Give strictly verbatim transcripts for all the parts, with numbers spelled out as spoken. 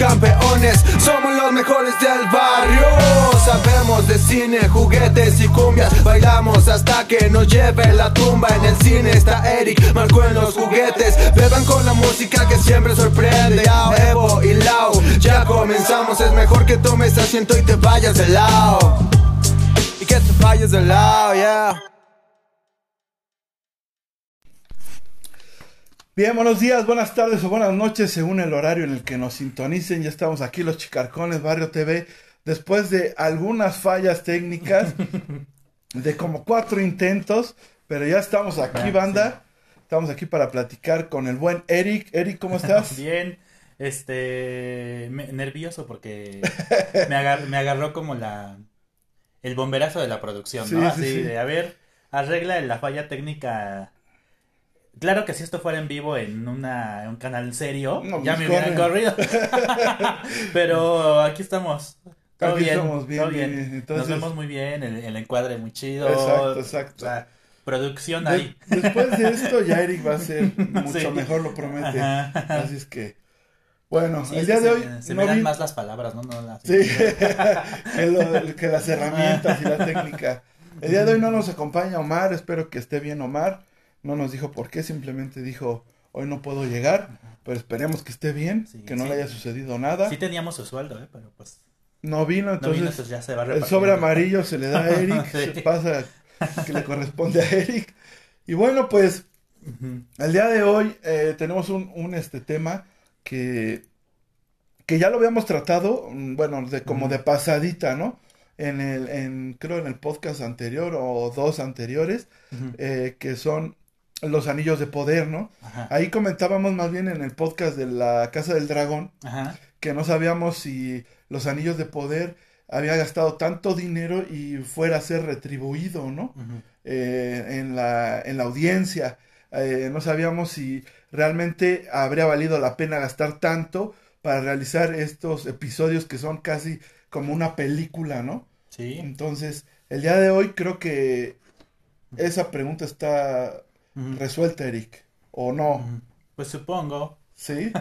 campeones, somos los mejores del barrio. Sabemos de cine, juguetes y cumbias, bailamos hasta que nos lleve la tumba. En el cine está Eric, marcó en los juguetes. Beban con la música que siempre sorprende. Yao, Evo y Lau, ya comenzamos. Es mejor que tomes asiento y te vayas de lado. Y que te vayas de lado, yeah. Bien, buenos días, buenas tardes o buenas noches según el horario en el que nos sintonicen. Ya estamos aquí los Chicarcones Barrio T V después de algunas fallas técnicas de como cuatro intentos, pero ya estamos aquí, ah, banda. Sí. Estamos aquí para platicar con el buen Eric. Eric, ¿cómo estás? Bien, este, me, nervioso porque me, agar, me agarró como la el bomberazo de la producción, ¿no? Sí, Así sí, sí. de, a ver, arregla la falla técnica. Claro que si esto fuera en vivo en una, un canal serio, no, ya me hubieran corrido. Pero aquí estamos. Todo aquí bien, estamos bien, todo bien. bien. Entonces... Nos vemos muy bien, el, el encuadre muy chido. Exacto, exacto. O sea, producción de, ahí. Después de esto ya Eric va a ser mucho sí. mejor, lo promete. Ajá. Así es que, bueno, sí, el día de se, hoy... Se no me dan vi... más las palabras, ¿no? no las... Sí, que, lo, que las herramientas y la técnica. El día de hoy no nos acompaña Omar, espero que esté bien Omar. No nos dijo por qué, simplemente dijo, hoy no puedo llegar, pero esperemos que esté bien, sí, que no sí. le haya sucedido nada. Sí teníamos su sueldo, ¿eh? Pero pues... No vino, entonces, no vino, entonces ya se va el sobre amarillo se le da a Eric, sí. se pasa que le corresponde a Eric. Y bueno, pues, uh-huh. el día de hoy eh, tenemos un, un este tema que, que ya lo habíamos tratado, bueno, de como uh-huh. de pasadita, ¿no? En el, en, creo en el podcast anterior o dos anteriores, uh-huh. eh, que son los anillos de poder, ¿no? Ajá. Ahí comentábamos más bien en el podcast de la Casa del Dragón, Ajá. que no sabíamos si los anillos de poder había gastado tanto dinero y fuera a ser retribuido, ¿no? Uh-huh. Eh, en la, en la audiencia. Eh, no sabíamos si realmente habría valido la pena gastar tanto para realizar estos episodios que son casi como una película, ¿no? Sí. Entonces, el día de hoy creo que esa pregunta está uh-huh. resuelta, Eric, ¿o no? Uh-huh. Pues supongo. ¿Sí?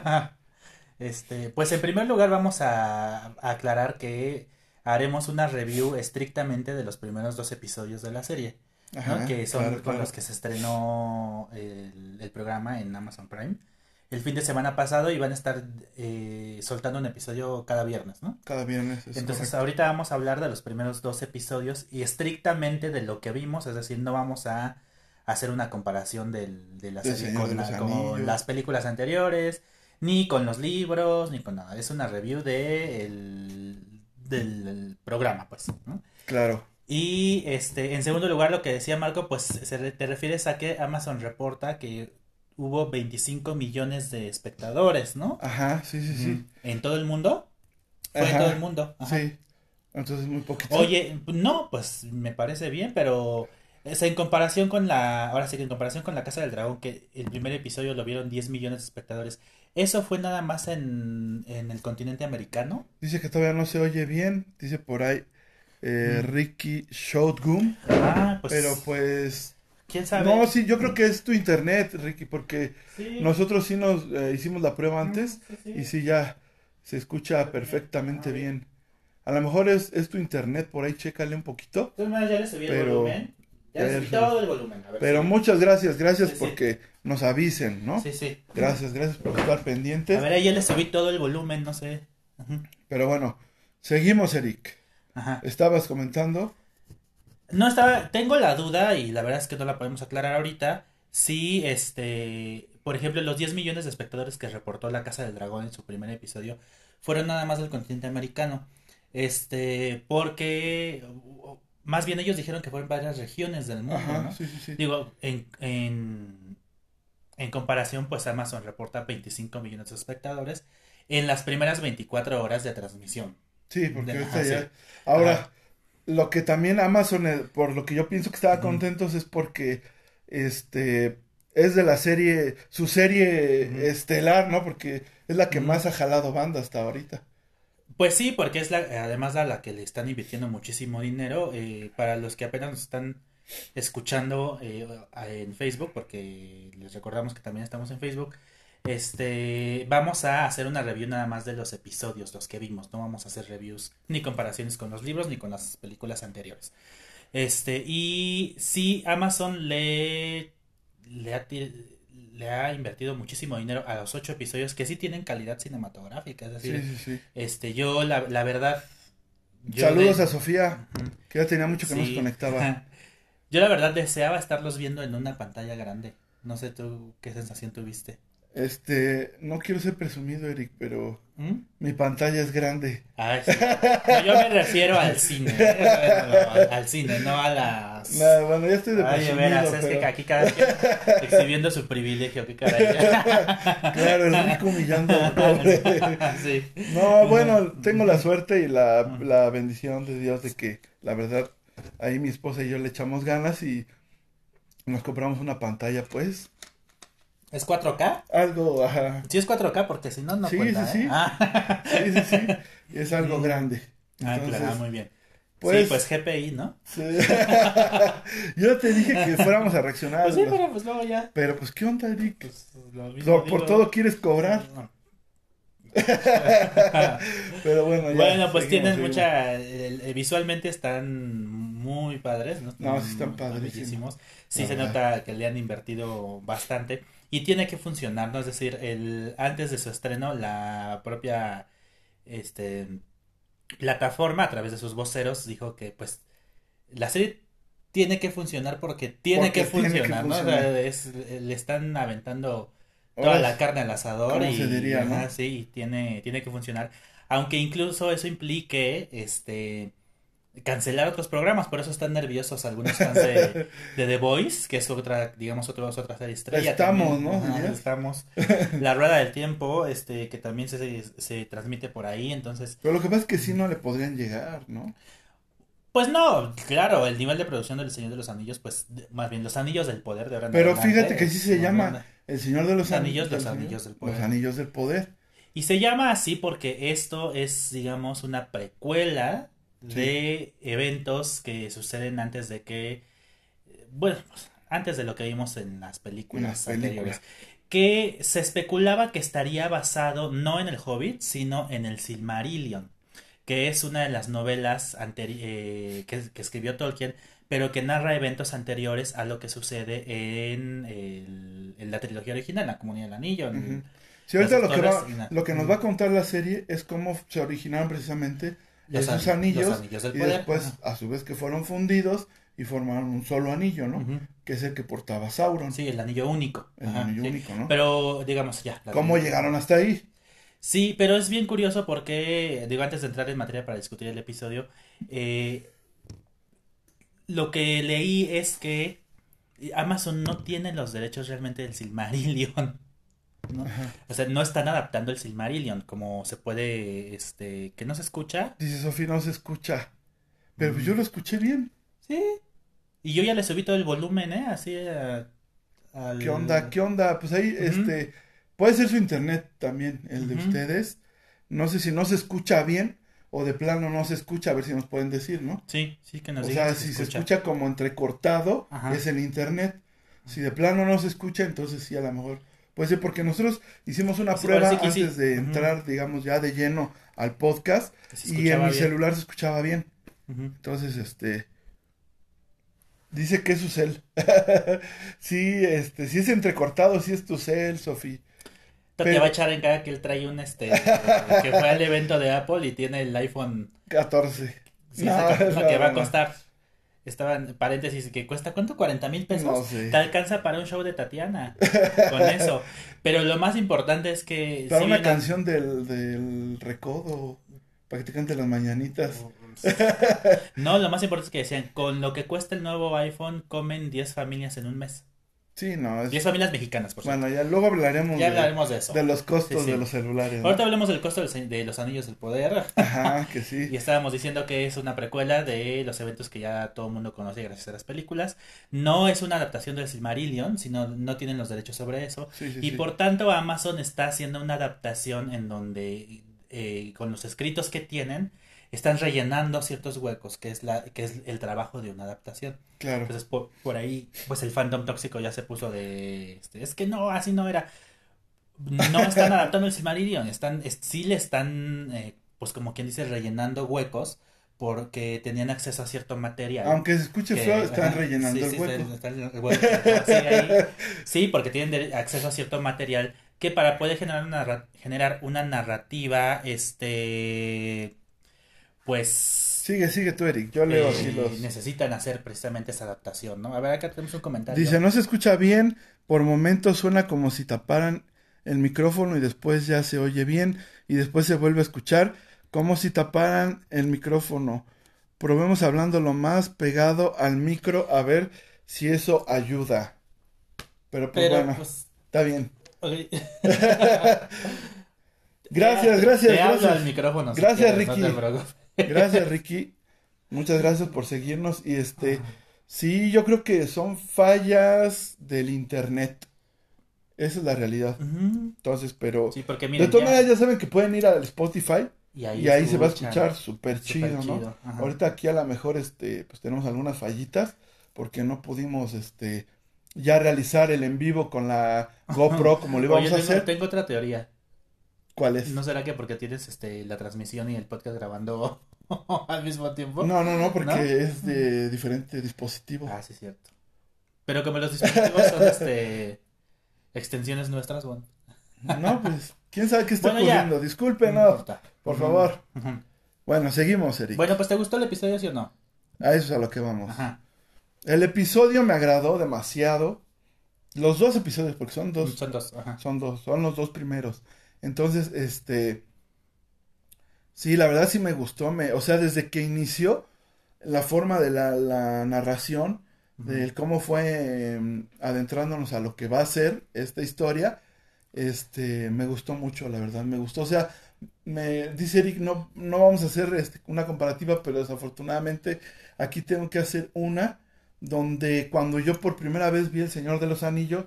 este, pues en primer lugar vamos a, a aclarar que haremos una review estrictamente de los primeros dos episodios de la serie, Ajá, ¿no? Que son claro, con claro. los que se estrenó el, el programa en Amazon Prime el fin de semana pasado y van a estar eh, soltando un episodio cada viernes, ¿no? Cada viernes, es Entonces correcto. ahorita vamos a hablar de los primeros dos episodios y estrictamente de lo que vimos, es decir, no vamos a hacer una comparación del, de la de serie con, la, con con las películas anteriores, ni con los libros, ni con nada. Es una review de el, del programa, pues, ¿no? Claro. Y este, en segundo lugar, lo que decía Marco, pues se, te refieres a que Amazon reporta que hubo veinticinco millones de espectadores, ¿no? Ajá, sí, sí, sí. ¿En todo el mundo? Fue Ajá, en todo el mundo. Ajá. Sí. Entonces muy poquito. Oye, no, pues me parece bien, pero es en comparación con la, ahora sí que en comparación con La Casa del Dragón, que el primer episodio lo vieron diez millones de espectadores, ¿eso fue nada más en, en el continente americano? Dice que todavía no se oye bien, dice por ahí eh, mm. Ricky Shotgun. Ah, pues. Pero pues... ¿Quién sabe? No, sí, yo creo que es tu internet, Ricky, porque sí. nosotros sí nos eh, hicimos la prueba antes sí, sí. y sí ya se escucha perfectamente bien. bien. A lo mejor es, es tu internet, por ahí chécale un poquito. Entonces ya le subí el volumen. Ya le subí todo el volumen. A ver pero si... muchas gracias, gracias sí, porque sí. nos avisen, ¿no? Sí, sí. Gracias, gracias por estar pendientes. A ver, ahí ya le subí todo el volumen, no sé. Uh-huh. Pero bueno, seguimos, Eric. Ajá. ¿Estabas comentando? No estaba, tengo la duda y la verdad es que no la podemos aclarar ahorita. Si, este, por ejemplo, los diez millones de espectadores que reportó La Casa del Dragón en su primer episodio fueron nada más del continente americano. Este, porque más bien ellos dijeron que fueron varias regiones del mundo, Ajá, ¿no? Sí, sí, sí. Digo, en, en, en comparación, pues Amazon reporta veinticinco millones de espectadores en las primeras veinticuatro horas de transmisión. Sí, porque de, ahorita ajá, ya... sí. Ahora... Ajá. Lo que también Amazon, por lo que yo pienso que estaba uh-huh. contentos es porque este es de la serie, su serie uh-huh. estelar, ¿no? Porque es la que uh-huh. más ha jalado banda hasta ahorita. Pues sí, porque es la, además a la que le están invirtiendo muchísimo dinero. Eh, para los que apenas nos están escuchando eh, en Facebook, porque les recordamos que también estamos en Facebook, Este, vamos a hacer una review nada más de los episodios, los que vimos. No vamos a hacer reviews ni comparaciones con los libros ni con las películas anteriores. Este, y sí, Amazon le, le ha, le ha invertido muchísimo dinero a los ocho episodios que sí tienen calidad cinematográfica. Es decir, Sí, sí, sí. este, yo la, la verdad. Yo Saludos de- a Sofía, Ujú. que ya tenía mucho que no se Sí. conectaba. Yo la verdad deseaba estarlos viendo en una pantalla grande. No sé tú qué sensación tuviste. Este, no quiero ser presumido, Eric, pero ¿Mm? mi pantalla es grande. Ay, sí. No, yo me refiero al cine, ¿eh? No, al, al cine, no a las... Nada, bueno, ya estoy de Ay, de presumido, veras, es pero... que aquí cada quien exhibiendo su privilegio, qué caray. Claro, el rico humillando al pobre. Sí. No, bueno, tengo la suerte y la, la bendición de Dios de que, la verdad, ahí mi esposa y yo le echamos ganas y nos compramos una pantalla, pues, ¿Es cuatro K? algo, ajá. Sí es cuatro K porque si no, no Sí, cuenta, sí, ¿eh? sí. Ah, Sí, sí, sí, y es algo grande. ah, Entonces, claro, muy bien. pues- Sí, pues G P I, ¿no? sí. Yo te dije que fuéramos a reaccionar. Pues sí, ¿no? pero pues luego ya. Pero pues, ¿qué onda, Eric? Pues, lo mismo Lo- por digo. todo quieres cobrar. Pero bueno, ya. Bueno, pues seguimos, tienen seguimos. mucha... el- eh, visualmente están muy padres, ¿no? No, sí están Muy padrísimos, bellísimos. Sí la se verdad. nota que le han invertido bastante y tiene que funcionar, ¿no? Es decir, el antes de su estreno, la propia este plataforma, a través de sus voceros, dijo que pues la serie tiene que funcionar porque tiene Porque que tiene que funcionar, ¿no? O sea, funcionar. es- le están aventando toda Ahora la carne al asador ¿cómo y se diría, no? ajá, sí, y tiene, tiene que funcionar. Aunque incluso eso implique este cancelar otros programas, por eso están nerviosos algunos fans de, de The Voice, que es otra, digamos, otro, otra serie estrella. Estamos, también. ¿no? Ajá, Dirías. estamos. La Rueda del Tiempo, este, que también se, se transmite por ahí, entonces, Pero lo que pasa es que sí no le podrían llegar, ¿no? pues no, claro, el nivel de producción del Señor de los Anillos, pues, de- más bien los Anillos del Poder de ahora en Pero adelante, fíjate que sí es se muy llama buena. El Señor de los Los Anillos, Anillos. los del Anillos Señor, del Poder. Los Anillos del Poder. Y se llama así porque esto es, digamos, una precuela de eventos que suceden antes de que, eh, bueno, pues, antes de lo que vimos en las películas En las anteriores. películas. Que se especulaba que estaría basado no en el Hobbit, sino en el Silmarillion, que es una de las novelas anteri- eh, que, que escribió Tolkien, pero que narra eventos anteriores a lo que sucede en, el- en la trilogía original, la Comunidad del Anillo. en- Ujú. Sí, ahorita Las lo que, va, Torres y na- lo que nos Ujú. va a contar la serie es cómo se originaron precisamente Los esos an- anillos, los anillos del y poder. después Ajá. a su vez que fueron fundidos y formaron un solo anillo, ¿no? Ujú. Que es el que portaba Sauron, Sí, el anillo único. el Ajá, anillo sí. único, ¿no? Pero, digamos, ya. la- ¿Cómo llegaron hasta ahí? Sí, pero es bien curioso porque, digo, antes de entrar en materia para discutir el episodio, eh, lo que leí es que Amazon no tiene los derechos realmente del Silmarillion, ¿no? Ajá. O sea, no están adaptando el Silmarillion como se puede, este, que no se escucha. Dice Sofía, no se escucha. Pero pues Mm. yo lo escuché bien. Sí. Y yo ya le subí todo el volumen, ¿eh? Así a- al... ¿Qué onda? ¿Qué onda? Pues ahí, Ujú. este, puede ser su internet también, el de Ujú. ustedes. No sé si no se escucha bien o de plano no se escucha, a ver si nos pueden decir, ¿no? Sí, sí que nos O digan sea, si se escucha como entrecortado, Ajá. es el internet. Si de plano no se escucha, entonces sí, a lo mejor puede ser porque nosotros hicimos una Sí, prueba parece que sí. antes de Ujú. entrar, digamos, ya de lleno al podcast Que se y en escuchaba mi bien. celular se escuchaba bien. Ujú. Entonces, este, dice que es su cel. Sí, este, si es entrecortado, sí es tu cel, Sofi. Te Pero- va a echar en cara que él trae un este que fue al evento de Apple y tiene el iPhone catorce. sí, No, saca- no, que va a no. costar. Estaba en paréntesis que cuesta ¿cuánto? ¿cuarenta mil pesos? No sé. Te alcanza para un show de Tatiana con eso. Pero lo más importante es que Para sí una vi canción del, del recodo, para que te cante las mañanitas. No, lo más importante es que decían, con lo que cuesta el nuevo iPhone comen diez familias en un mes. Sí, no, es... diez familias mexicanas, por cierto. Bueno, ya luego hablaremos, Ya de, hablaremos de eso. de los costos Sí, sí. de los celulares, ¿no? Ahorita hablemos del costo del se- de los Anillos del Poder. Ajá, que sí. Y estábamos diciendo que es una precuela de los eventos que ya todo el mundo conoce gracias a las películas. No es una adaptación del Silmarillion, sino no tienen los derechos sobre eso. Sí, sí, Y sí. por tanto Amazon está haciendo una adaptación en donde eh, con los escritos que tienen están rellenando ciertos huecos, que es la que es el trabajo de una adaptación. Claro. Entonces por, por ahí pues el fandom tóxico ya se puso de este, es que no, así no era. no están adaptando el Silmarillion, están, es, sí le están, eh, pues como quien dice, rellenando huecos porque tenían acceso a cierto material. Aunque se escuche que, feo, están ajá, rellenando sí, el sí, hueco. está- está el hueco, ajá, sí, ahí- sí, porque tienen de- acceso a cierto material que para poder generar una, narra- generar una narrativa, este, pues Sigue, sigue tú, Eric. Yo leo eh, así los... necesitan hacer precisamente esa adaptación, ¿no? A ver, acá tenemos un comentario. Dice, no se escucha bien, por momentos suena como si taparan el micrófono y después ya se oye bien y después se vuelve a escuchar como si taparan el micrófono. Probemos hablando lo más pegado al micro a ver si eso ayuda. Pero pues Pero, bueno, pues, está bien. ok. Gracias, Te- gracias, te hablo gracias. al micrófono si Gracias, quieres, no te Ricky. preocupes. Gracias, Ricky. Muchas gracias por seguirnos y este... Sí, yo creo que son fallas del internet. Esa es la realidad. Ujú. Entonces, pero Sí, porque de miren, todas ya- maneras ya saben que pueden ir al Spotify y ahí, y ahí se va a escuchan. escuchar súper Súper chido, ¿no? chido, ajá. Ahorita aquí a lo mejor este pues tenemos algunas fallitas porque no pudimos este ya realizar el en vivo con la GoPro como lo íbamos Oye, a tengo, hacer. tengo otra teoría. ¿Cuál es? ¿No será que porque tienes este la transmisión y el podcast grabando al mismo tiempo? No, no, no, porque ¿No? es de diferente dispositivo. Ah, sí, cierto. Pero como los dispositivos son este extensiones nuestras, bueno. No, pues quién sabe qué está Bueno, ya. ocurriendo. No Discúlpenos, importa. por Ujú, favor. ujú. Bueno, seguimos, Eric. Bueno, pues ¿te gustó el episodio, sí o no? A eso es a lo que vamos. Ajá. El episodio me agradó demasiado. Los dos episodios, porque son dos. Son dos, ajá. Son dos, son los dos primeros. Entonces, este, sí, la verdad sí me gustó, me, o sea, desde que inició la forma de la, la narración, Ujú. del cómo fue em, adentrándonos a lo que va a ser esta historia, este, me gustó mucho, la verdad, me gustó, o sea, me dice Eric, no, no vamos a hacer este, una comparativa, pero desafortunadamente aquí tengo que hacer una donde cuando yo por primera vez vi El Señor de los Anillos,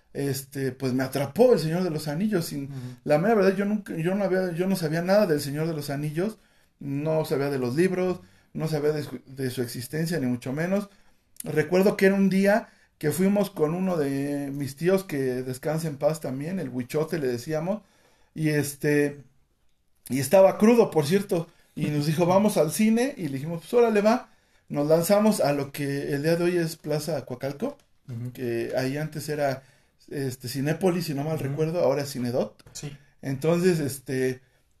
este, pues me atrapó El Señor de los Anillos. Sin, Ujú. la mera verdad, yo nunca, yo no había, yo no sabía nada del Señor de los Anillos, no sabía de los libros, no sabía de su, de su existencia, ni mucho menos. Recuerdo que era un día que fuimos con uno de mis tíos que descansa en paz también, el Huichote le decíamos, y este, y estaba crudo, por cierto, y nos dijo, vamos al cine, y le dijimos, pues órale va, nos lanzamos a lo que el día de hoy es Plaza Coacalco, Ujú. que ahí antes era este Cinépolis, si no mal Ujú. recuerdo, ahora es Cinedot. Sí. Entonces, este,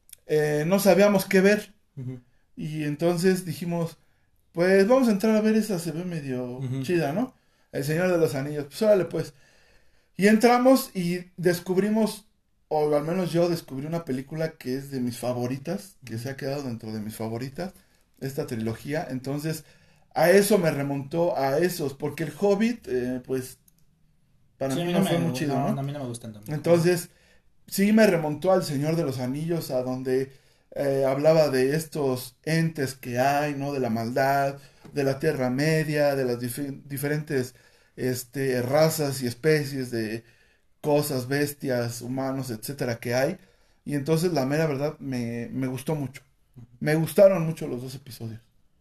eh, no sabíamos qué ver, Ujú. y entonces dijimos, pues vamos a entrar a ver esa, se ve medio Ujú. chida, ¿no? El Señor de los Anillos, pues órale pues. Y entramos y descubrimos, o al menos yo descubrí una película que es de mis favoritas, que se ha quedado dentro de mis favoritas, esta trilogía. Entonces, a eso me remontó, a esos, porque el Hobbit, eh, pues, para Sí, a mí mí no no fue me, muy chido, no, ¿no? a mí no me gustan tampoco. Entonces, sí me remontó al Señor de los Anillos, a donde eh, hablaba de estos entes que hay, ¿no? De la maldad, de la Tierra Media, de las dif- diferentes este, razas y especies de cosas, bestias, humanos, etcétera, que hay. Y entonces, la mera verdad, me, me gustó mucho. Me gustaron mucho los dos episodios.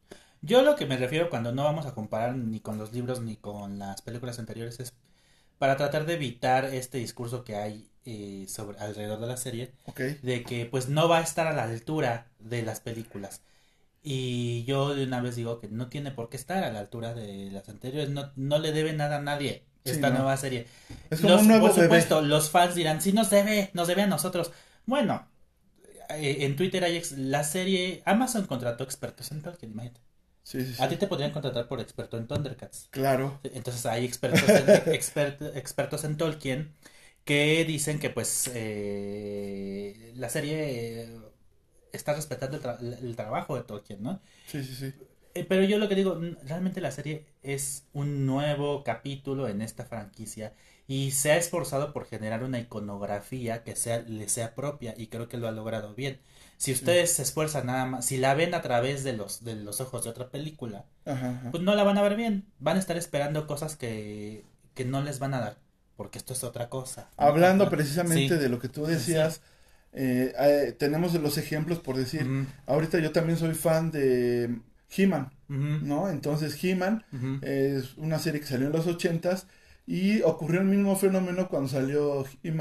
Yo lo que me refiero cuando no vamos a comparar ni con los libros ni con las películas anteriores es para tratar de evitar este discurso que hay eh, sobre alrededor de la serie ¿Ok? de que pues no va a estar a la altura de las películas. Y yo de una vez digo que no tiene por qué estar a la altura de las anteriores, no, no le debe nada a nadie Sí, esta no. nueva serie. Es como Los, un nuevo por bebé. supuesto, los fans dirán, sí nos debe, nos debe a nosotros. Bueno, eh, en Twitter hay ex- la serie, Amazon contrató expertos en Tolkien, imagínate. Sí, sí, sí. A ti te podrían contratar por experto en Thundercats. Claro. Entonces hay expertos en, expert- expertos en Tolkien que dicen que pues eh, la serie eh, está respetando el, tra- el trabajo de Tolkien, ¿no? Sí, sí, sí. Eh, pero yo lo que digo, mm, realmente la serie es un nuevo capítulo en esta franquicia y se ha esforzado por generar una iconografía que sea, le sea propia y creo que lo ha logrado bien. Si ustedes se esfuerzan nada más, si la ven a través de los, de los ojos de otra película, Ajá, ajá. pues no la van a ver bien. Van a estar esperando cosas que, que no les van a dar, porque esto es otra cosa. Hablando Ajá. precisamente Sí. de lo que tú decías, eh, eh, tenemos los ejemplos por decir, Ujú, ahorita yo también soy fan de He-Man, ujú, ¿no? Entonces He-Man ujú. es una serie que salió en los ochentas y ocurrió el mismo fenómeno cuando salió He-Man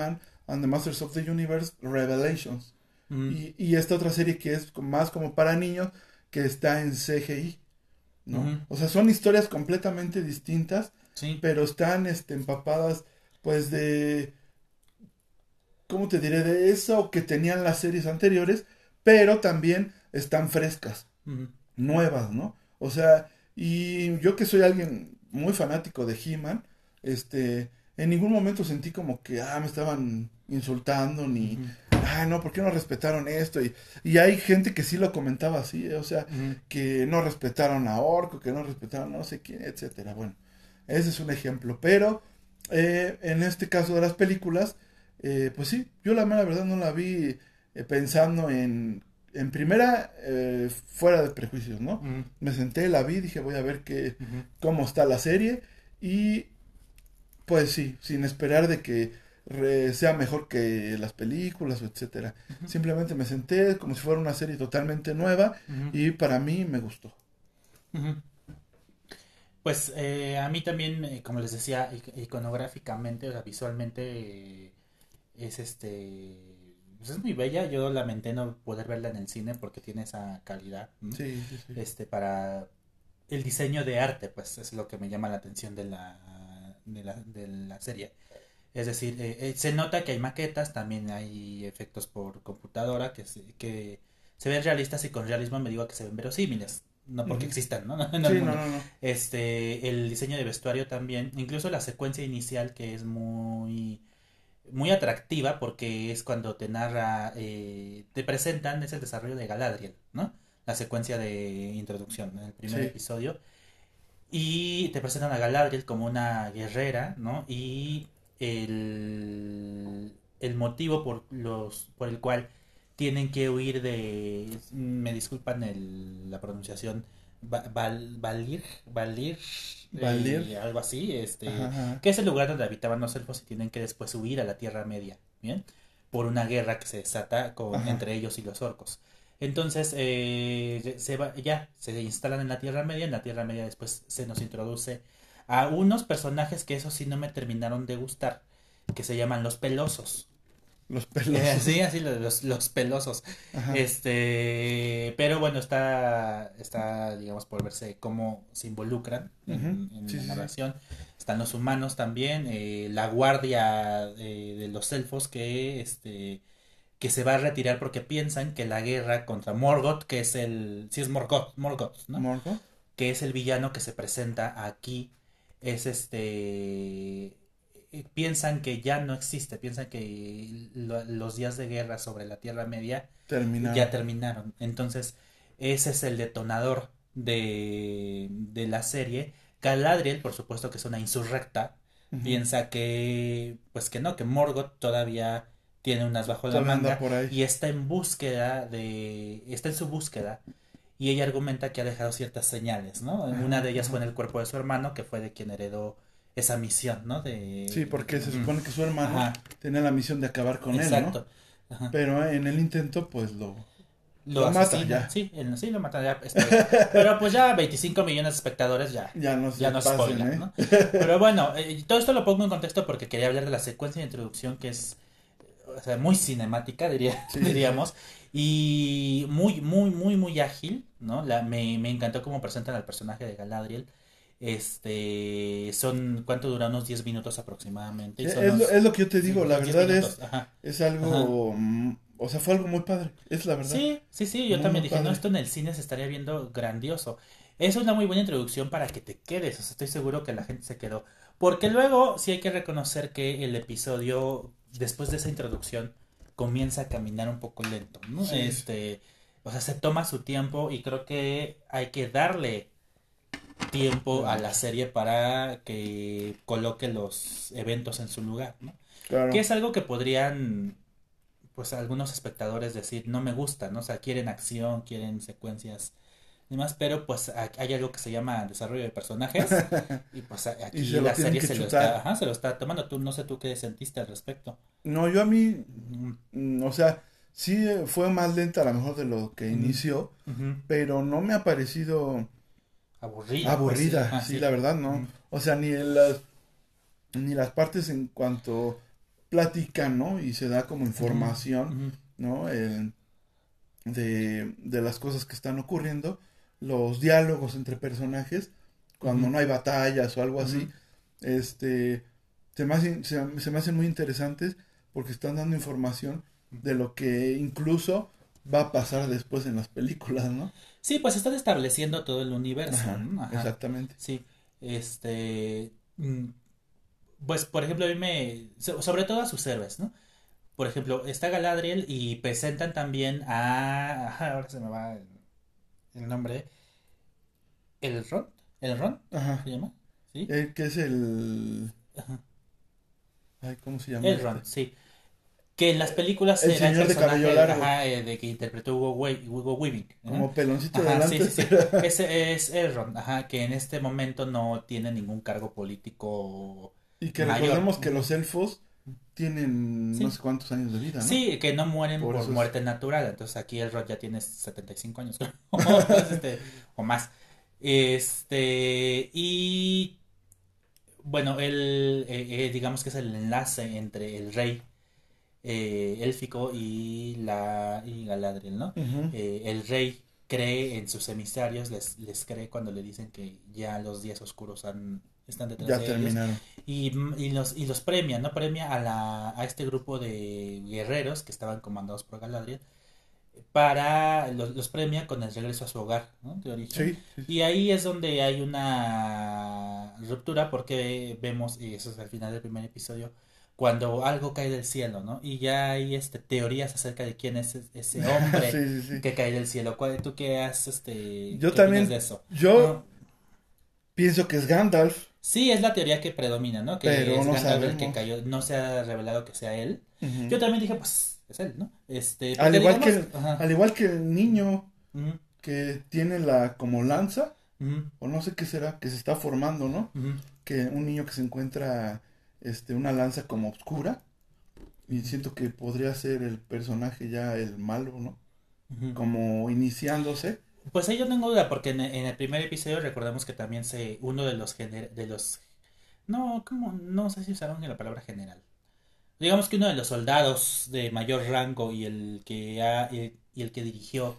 and the Masters of the Universe Revelations. Mm. Y, y esta otra serie que es más como para niños, que está en C G I, ¿no? Ujú. O sea, son historias completamente distintas, Sí. pero están este, empapadas, pues, de, ¿cómo te diré? De eso que tenían las series anteriores, pero también están frescas, Ujú. nuevas, ¿no? O sea, y yo que soy alguien muy fanático de He-Man, este, en ningún momento sentí como que, ah, me estaban insultando, ni, Ujú. ah, no, ¿por qué no respetaron esto? Y, y hay gente que sí lo comentaba así, ¿eh? O sea, Ujú. que no respetaron a Orco, que no respetaron no sé quién, etcétera. Bueno, ese es un ejemplo, pero eh, en este caso de las películas, eh, pues sí, yo la mera verdad no la vi eh, pensando en, en primera, eh, fuera de prejuicios, ¿no? Ujú. Me senté, la vi, dije voy a ver qué, Ujú. cómo está la serie y pues sí, sin esperar de que re- sea mejor que las películas o etcétera. Ujú. Simplemente me senté como si fuera una serie totalmente nueva Ujú. y para mí me gustó. Ujú. Pues eh, a mí también, eh, como les decía, ic- iconográficamente, o sea, visualmente, eh, es este, pues es muy bella. Yo lamenté no poder verla en el cine porque tiene esa calidad, ¿no? Sí, sí, sí. Este, para el diseño de arte, pues es lo que me llama la atención de la, de la, de la serie. Es decir, eh, eh, se nota que hay maquetas, también hay efectos por computadora que se, que se ven realistas y con realismo me digo que se ven verosímiles, no porque Ujú. existan, ¿no? En el Sí, no, mundo. no, no. Este, el diseño de vestuario también, incluso la secuencia inicial que es muy, muy atractiva porque es cuando te narra, eh, te presentan, es el desarrollo de Galadriel, ¿no? La secuencia de introducción en el primer Sí. episodio y te presentan a Galadriel como una guerrera, ¿no? Y el, el motivo por los por el cual tienen que huir de, me disculpan el, la pronunciación, Ba- Val, Valir, Valir, Valir. eh, algo así, este, Ajá, ajá. que es el lugar donde habitaban los elfos y tienen que después huir a la Tierra Media, ¿bien? Por una guerra que se desata con, Ajá. entre ellos y los orcos. Entonces, eh, se va, ya se instalan en la Tierra Media. En la Tierra Media después se nos introduce a unos personajes que eso sí no me terminaron de gustar, que se llaman los pelosos. Los Eh, pelos. sí, así los, los, los pelosos. Ajá. Este, pero bueno, está, está, digamos, por verse cómo se involucran en, Ujú. en Sí, la sí, sí. narración. Están los humanos también, eh, la guardia eh, de los elfos que, este, que se va a retirar porque piensan que la guerra contra Morgoth, que es el, sí es Morgoth, Morgoth, ¿no? Morgo. Que es el villano que se presenta aquí, es este, eh, piensan que ya no existe, piensan que lo- los días de guerra sobre la Tierra Media Terminaron. ya terminaron. Entonces, ese es el detonador de, de la serie. Galadriel, por supuesto que es una insurrecta, Ujú. piensa que, pues que no, que Morgoth todavía tiene unas bajo la Todavía anda manga por ahí. y está en búsqueda de, está en su búsqueda y ella argumenta que ha dejado ciertas señales, ¿no? Ajá, Una de ellas ajá. fue en el cuerpo de su hermano, que fue de quien heredó esa misión, ¿no? De... Sí, porque se Ujú. supone que su hermano Ajá, tenía la misión de acabar con él, exacto. ¿no? Ajá. Pero en el intento, pues lo, Lo, lo mata asesina, ya. sí, él, sí, lo mata ya. Este, pero pues ya veinticinco millones de espectadores ya, Ya no se ya nos pasen, spoilan, ¿eh? ¿no? Pero bueno, eh, todo esto lo pongo en contexto porque quería hablar de la secuencia de introducción que es, o sea, muy cinemática, diría, Sí, sí, diríamos, y muy, muy, muy, muy ágil, ¿no? La, me, me encantó cómo presentan al personaje de Galadriel. Este, son, ¿cuánto dura? Unos diez minutos aproximadamente. Y Es, son es lo, los, es lo que yo te sí, digo, la los diez verdad es, minutos, ajá. es Ajá. algo, mm, o sea, fue algo muy padre, es la verdad. Sí, sí, sí, yo Muy, también muy dije, no, padre. esto en el cine se estaría viendo grandioso. Es una muy buena introducción para que te quedes, o sea, estoy seguro que la gente se quedó. Porque luego sí hay que reconocer que el episodio, después de esa introducción, comienza a caminar un poco lento, ¿no? Sí. Este, o sea, se toma su tiempo y creo que hay que darle tiempo a la serie para que coloque los eventos en su lugar, ¿no? Claro. Que es algo que podrían, pues algunos espectadores decir, no me gusta, ¿no? O sea, quieren acción, quieren secuencias y demás, pero pues a- hay algo que se llama desarrollo de personajes y pues a- Y aquí se lo la tienen serie que se lo chutar. está, ajá, se lo está tomando. Tú no sé tú qué sentiste al respecto. No, yo a mí, Ujú, mm, o sea, sí eh, fue más lenta a lo mejor de lo que Ujú. inició, ujú. pero no me ha parecido Aburrida, aburrida, pues, sí, sí, ajá, la verdad, no. Ujú. O sea, ni las, ni las partes en cuanto platican, ¿no? Y se da como información, Ujú. ¿no? Eh, de, de las cosas que están ocurriendo, los diálogos entre personajes, cuando Ujú. no hay batallas o algo así, Ujú. este, se me hacen, se, se me hacen muy interesantes porque están dando información de lo que incluso va a pasar después en las películas, ¿no? Sí, pues están estableciendo todo el universo, Ajá, ¿no? Ajá. exactamente. Sí, este, mm, pues por ejemplo a mí me, so- sobre todo a sus héroes, ¿no? Por ejemplo, está Galadriel y presentan también a, ajá, ahora se me va el, el nombre, Elrond, Elrond, Ajá. ¿se llama? ¿Sí? El que es el... Ajá. Ay, ¿cómo se llama Elrond, este? sí. Que en las películas El era el señor de cabello personaje, largo, ajá, eh, de que interpretó Hugo, Wea- Hugo Weaving, ¿no? como peloncito Ajá, sí, delante, sí, sí. pero... Ese es Elrond, ajá, que en este momento no tiene ningún cargo político Y que mayor. recordemos que Ujú. los elfos tienen no Sí. sé cuántos años de vida, ¿no? Sí, que no mueren Por por eso es... muerte natural. Entonces aquí Elrond ya tiene setenta y cinco años, creo. Entonces, este, o más. Este, y bueno, él, eh, eh, digamos que es el enlace entre el rey eh, élfico y la y Galadriel, ¿no? Ujú. Eh, el rey cree en sus emisarios, les, les cree cuando le dicen que ya los días oscuros han, están detrás Ya de ellos terminaron. y, y los, y los premia, ¿no? Premia a, la, a este grupo de guerreros que estaban comandados por Galadriel para, los, los premia con el regreso a su hogar, ¿no? De origen. Sí, sí, sí. Y ahí es donde hay una ruptura porque vemos, y eso es al final del primer episodio, cuando algo cae del cielo, ¿no? Y ya hay este, teorías acerca de quién es ese hombre Sí, sí, sí. que cae del cielo. ¿Cuál- ¿Tú qué has, este, Yo qué opinas de también, eso? yo No, pienso que es Gandalf, sí, es la teoría que predomina, ¿no? Que pero es no Gandalf el que sabemos. cayó, no se ha revelado que sea él. Yo Ujú. también dije, pues, es él, ¿no? Este, Al porque igual que digamos, el, ajá, al igual que el niño ujú, que tiene la como lanza, ujú, o no sé qué será, que se está formando, ¿no? ujú, Que un niño que se encuentra este una lanza como oscura y ujú, siento que podría ser el personaje ya el malo, ¿no? ujú. Como iniciándose. Pues ahí yo tengo duda, porque en, en el primer episodio recordamos que también se, uno de los gener, de los, no, ¿cómo? No sé si usaron la palabra general. Digamos que uno de los soldados de mayor rango y el que ha, y, y el que dirigió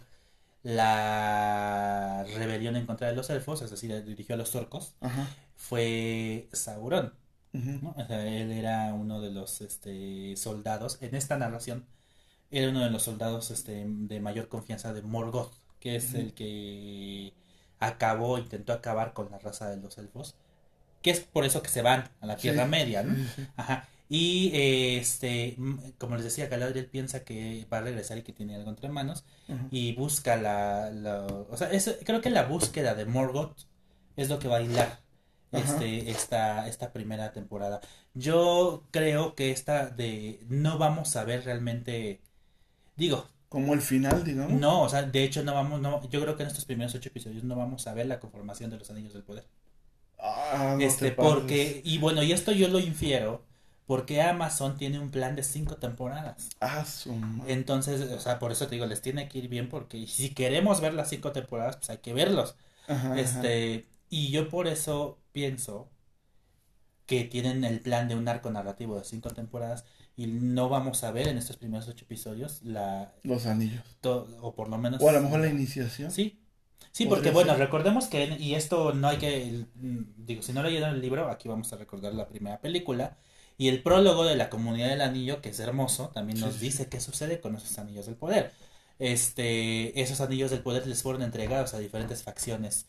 la rebelión en contra de los elfos, es decir, dirigió a los orcos, Ajá. fue Sauron, Ujú. ¿no? O sea, él era uno de los este, soldados, en esta narración, era uno de los soldados este, de mayor confianza de Morgoth, que es Ujú. el que acabó, intentó acabar con la raza de los elfos, que es por eso que se van a la Sí, Tierra Media, sí, ¿no? sí, sí. Ajá. Y eh, este, mm, como les decía, Galadriel piensa que va a regresar y que tiene algo entre manos Ajá. y busca la, la o sea, es, creo que la búsqueda de Morgoth es lo que va a hilar Ajá. este esta esta primera temporada. Yo creo que esta de no vamos a ver realmente, digo, Como el final, digamos. no, o sea, de hecho no vamos, no, yo creo que en estos primeros ocho episodios no vamos a ver la conformación de los Anillos del Poder. Ah, no te Este, pases. porque, y bueno, y esto yo lo infiero, porque Amazon tiene un plan de cinco temporadas. Ah, su madre. Entonces, o sea, por eso te digo, les tiene que ir bien, porque si queremos ver las cinco temporadas, pues hay que verlos. Ajá, ajá. Este, y yo por eso pienso que tienen el plan de un arco narrativo de cinco temporadas y no vamos a ver en estos primeros ocho episodios la, Los anillos. to- o por lo menos, O a lo mejor la iniciación. sí. Sí, porque Podría bueno, ser. recordemos que, y esto no hay que, digo, si no leyeron el libro, aquí vamos a recordar la primera película, y el prólogo de la Comunidad del Anillo, que es hermoso, también Sí, nos sí, sí. dice qué sucede con esos anillos del poder. Este, esos anillos del poder les fueron entregados a diferentes facciones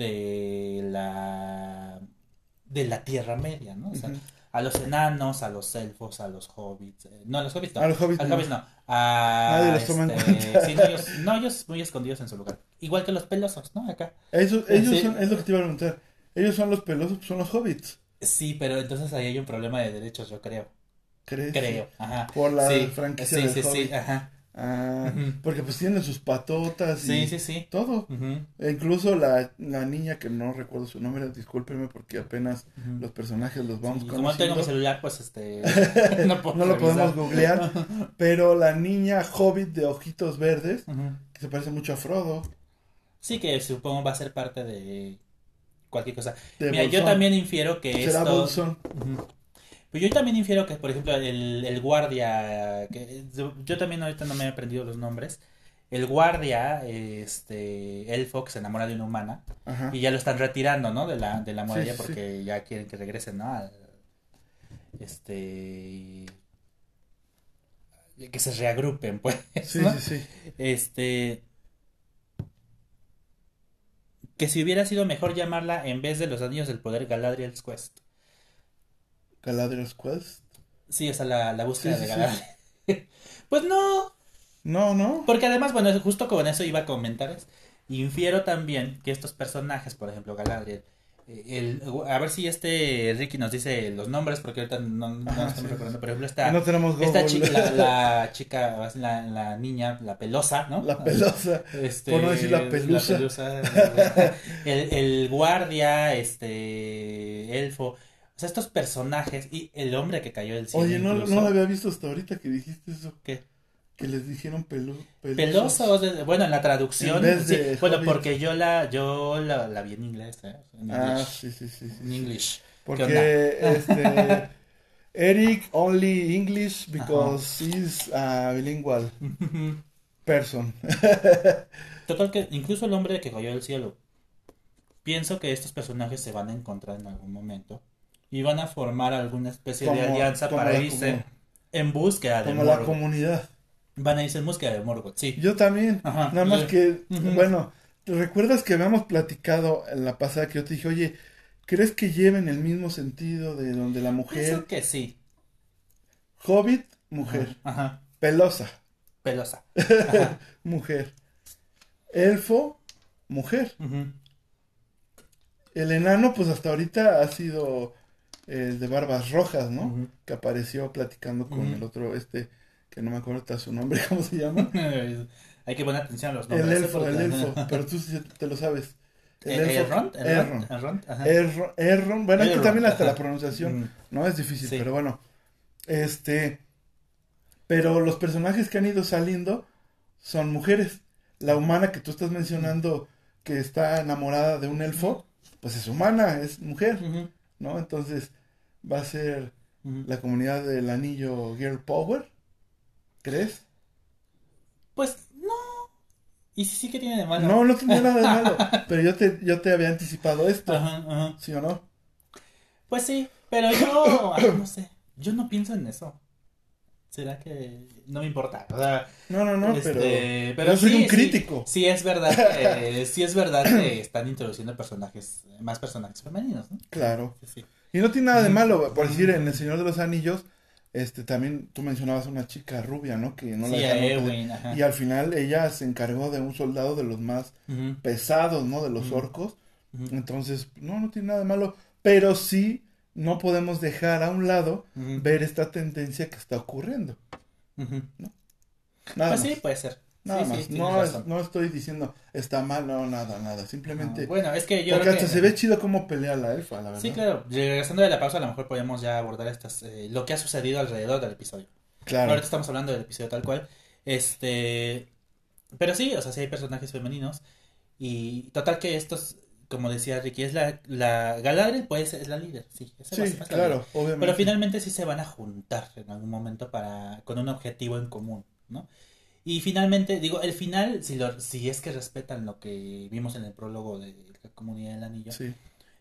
de la, de la Tierra Media, ¿no? O sea, Ujú. a los enanos, a los elfos, a los hobbits, eh, no, a los hobbits no, A los hobbits a los no. hobbits no, a Nadie los toma en este, cuenta. sí, no, ellos, no, ellos muy escondidos en su lugar. Igual que los pelosos, ¿no? Acá. Eso- Eh, ellos Sí, son, es lo que te iba a preguntar. Ellos son los pelosos, son los hobbits. sí, pero entonces ahí hay un problema de derechos, yo creo. ¿Crees? Creo, ajá. Por la Sí, franquicia sí, del sí, sí, Hobbit. ajá. Ah, Ujú. porque pues tienen sus patotas Sí, y sí, sí. todo. Ujú, E incluso la, la niña que no recuerdo su nombre, discúlpeme porque apenas ujú. los personajes los vamos Sí, como no tengo mi conociendo. celular, pues este no puedo No lo podemos revisar. googlear, pero la niña hobbit de ojitos verdes, Ujú. que se parece mucho a Frodo, Sí, que supongo va a ser parte de cualquier cosa. de Mira, yo Bolsón. también infiero que Será esto, Bolsón. ujú, Pero yo también infiero que, por ejemplo, el, el guardia, que yo también ahorita no me he aprendido los nombres, el guardia, este, elfo que se enamora de una humana, Ajá. y ya lo están retirando, ¿no? De la, de la muralla Sí, sí, porque ya quieren que regresen, ¿no? Al- este, que se reagrupen, pues, Sí, ¿no? sí, sí. Este, que si hubiera sido mejor llamarla en vez de los Anillos del Poder Galadriel's Quest. Galadriel's Quest. Sí, esa es la, la búsqueda Sí, de sí, Galadriel. Pues no, No, no. porque además, bueno, justo con eso iba a comentar. es- Infiero también que estos personajes, por ejemplo, Galadriel, eh, el, a ver si este Ricky nos dice los nombres, porque ahorita no, no Ajá, nos estamos sí. recordando. Por ejemplo, Y esta, no tenemos esta Google. chica, la, la chica, la, la niña, la pelosa, ¿no? La pelosa. Este, Por no decir la pelusa. pelusa, el, el guardia, este, elfo. O sea, estos personajes y el hombre que cayó del cielo. Oye, no, incluso. no lo había visto hasta ahorita que dijiste eso. ¿Qué? Que les dijeron pelu, pelusos. Peloso, de- bueno, en la traducción, En vez sí, de bueno, Hobbit. porque yo la, yo la, la vi en inglés, ¿eh? En Ah, English. sí, sí, sí. sí, En sí. English. ¿Qué Porque este Eric only English because he's a bilingual onda? person. Total que incluso el hombre que cayó del cielo. Pienso que estos personajes se van a encontrar en algún momento y van a formar alguna especie de Como- alianza como para la irse comu- en búsqueda de Como la Morgoth. comunidad. Van a irse en búsqueda de Morgoth, sí. Yo también. Ajá. Nada más Sí. que, Ujú. bueno, ¿te recuerdas que habíamos platicado en la pasada que yo te dije, oye, ¿crees que lleven el mismo sentido de donde la mujer, Pienso que sí. hobbit, mujer, Ajá. Ajá. pelosa, Pelosa. Ajá. mujer, elfo, mujer? Ujú. El enano, pues hasta ahorita ha sido el de barbas rojas, ¿no? Ujú. Que apareció platicando con Ujú. el otro, este, que no me acuerdo hasta su nombre, ¿cómo se llama? Hay que poner atención a los El nombres. ¿eh? elfo, Porque- el elfo, pero tú sí te lo sabes. El Eh, elfo. Elrond, Erron. Elrond, Elrond, ajá. Erron, Erron. Bueno, aquí Elrond, también hasta ajá. la pronunciación, Mm. no es difícil, Sí. pero bueno. Este, pero los personajes que han ido saliendo son mujeres. La humana que tú estás mencionando, que está enamorada de un elfo, pues es humana, es mujer, Ujú, ¿no? Entonces va a ser ujú. la comunidad del anillo Girl Power, ¿crees? Pues no. Y sí, sí que tiene de malo. No, no tiene nada de malo, pero yo te, yo te había anticipado esto, Ajá, ajá. ¿sí o no? Pues sí, pero yo, ay, no sé, yo no pienso en eso. ¿Será que no me importa? O sea, No, no, no, este, pero, pero yo soy sí, un sí, crítico. Sí, es verdad, que, sí es verdad que están introduciendo personajes, más personajes femeninos, ¿no? Claro. Sí, sí. Y no tiene nada de malo, por decir, en El Señor de los Anillos, este, también tú mencionabas una chica rubia, ¿no? Que no la Sí, a dejaron tener. Eowyn, ajá. Y al final ella se encargó de un soldado de los más Ujú, pesados, ¿no? De los Ujú. orcos. ujú, Entonces, no, no tiene nada de malo, pero sí no podemos dejar a un lado ujú, ver esta tendencia que está ocurriendo. ujú. Nada Pues más. sí, puede ser. Nada Sí, más. sí, tienes no, es- razón. no estoy diciendo está mal, no, nada, nada. Simplemente. Ah, bueno, es que yo porque creo hasta que... se ve chido cómo pelea la elfa, la verdad. Sí, claro. Regresando de la pausa, a lo mejor podemos ya abordar estas, eh, lo que ha sucedido alrededor del episodio. Claro. Ahorita estamos hablando del episodio tal cual. Este. Pero sí, o sea, sí hay personajes femeninos. Y total que estos, como decía Ricky, es la, la Galadriel, pues es la líder. Sí, esa Sí, va a ser la líder. claro, obviamente. Pero finalmente sí se van a juntar en algún momento para con un objetivo en común, ¿no? Y finalmente, digo, el final, si, lo, si es que respetan lo que vimos en el prólogo de la Comunidad del Anillo, Sí.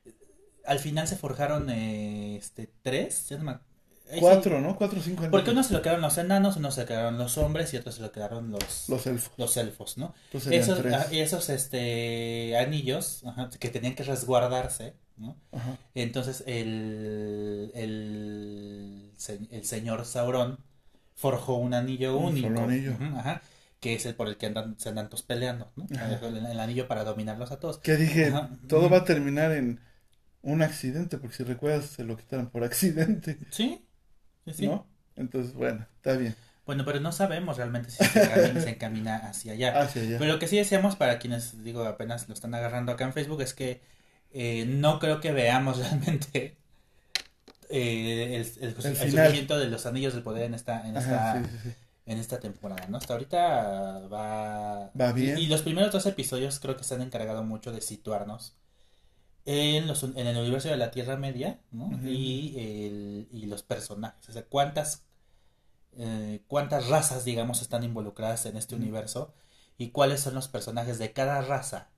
al final se forjaron eh, este tres, ya no me ac- ahí sí. Cuatro, ¿no? Cuatro o cinco anillos. Porque uno se lo quedaron los enanos, uno se lo quedaron los hombres y otro se lo quedaron los, Los elfos. los elfos, ¿no? Entonces serían Esos, tres. ah, esos este anillos, ajá, que tenían que resguardarse, ¿no? Ajá. Entonces el, el, se- el señor Sauron forjó un anillo Un único, solo anillo. ujú, ajá, que es el por el que andan, se andan todos peleando, ¿no? Ajá. El, el anillo para dominarlos a todos. Que dije, Ajá. todo Ujú. va a terminar en un accidente, porque si recuerdas, se lo quitaron por accidente, Sí, sí, sí. ¿no? Entonces, bueno, está bien. Bueno, pero no sabemos realmente si se encamina, se encamina hacia allá. Hacia allá. Pero lo que sí decíamos para quienes, digo, apenas lo están agarrando acá en Facebook es que eh, no creo que veamos realmente eh, el, el, el El final. surgimiento de los anillos del poder en esta, en esta, Ajá, sí, sí, sí. en esta temporada, ¿no? Hasta ahorita va... Va bien. Y, y los primeros dos episodios creo que se han encargado mucho de situarnos en, los, en el universo de la Tierra Media, ¿no? Uh-huh. y, el, y los personajes, o sea, cuántas, eh, cuántas razas, digamos, están involucradas en este uh-huh. universo y cuáles son los personajes de cada raza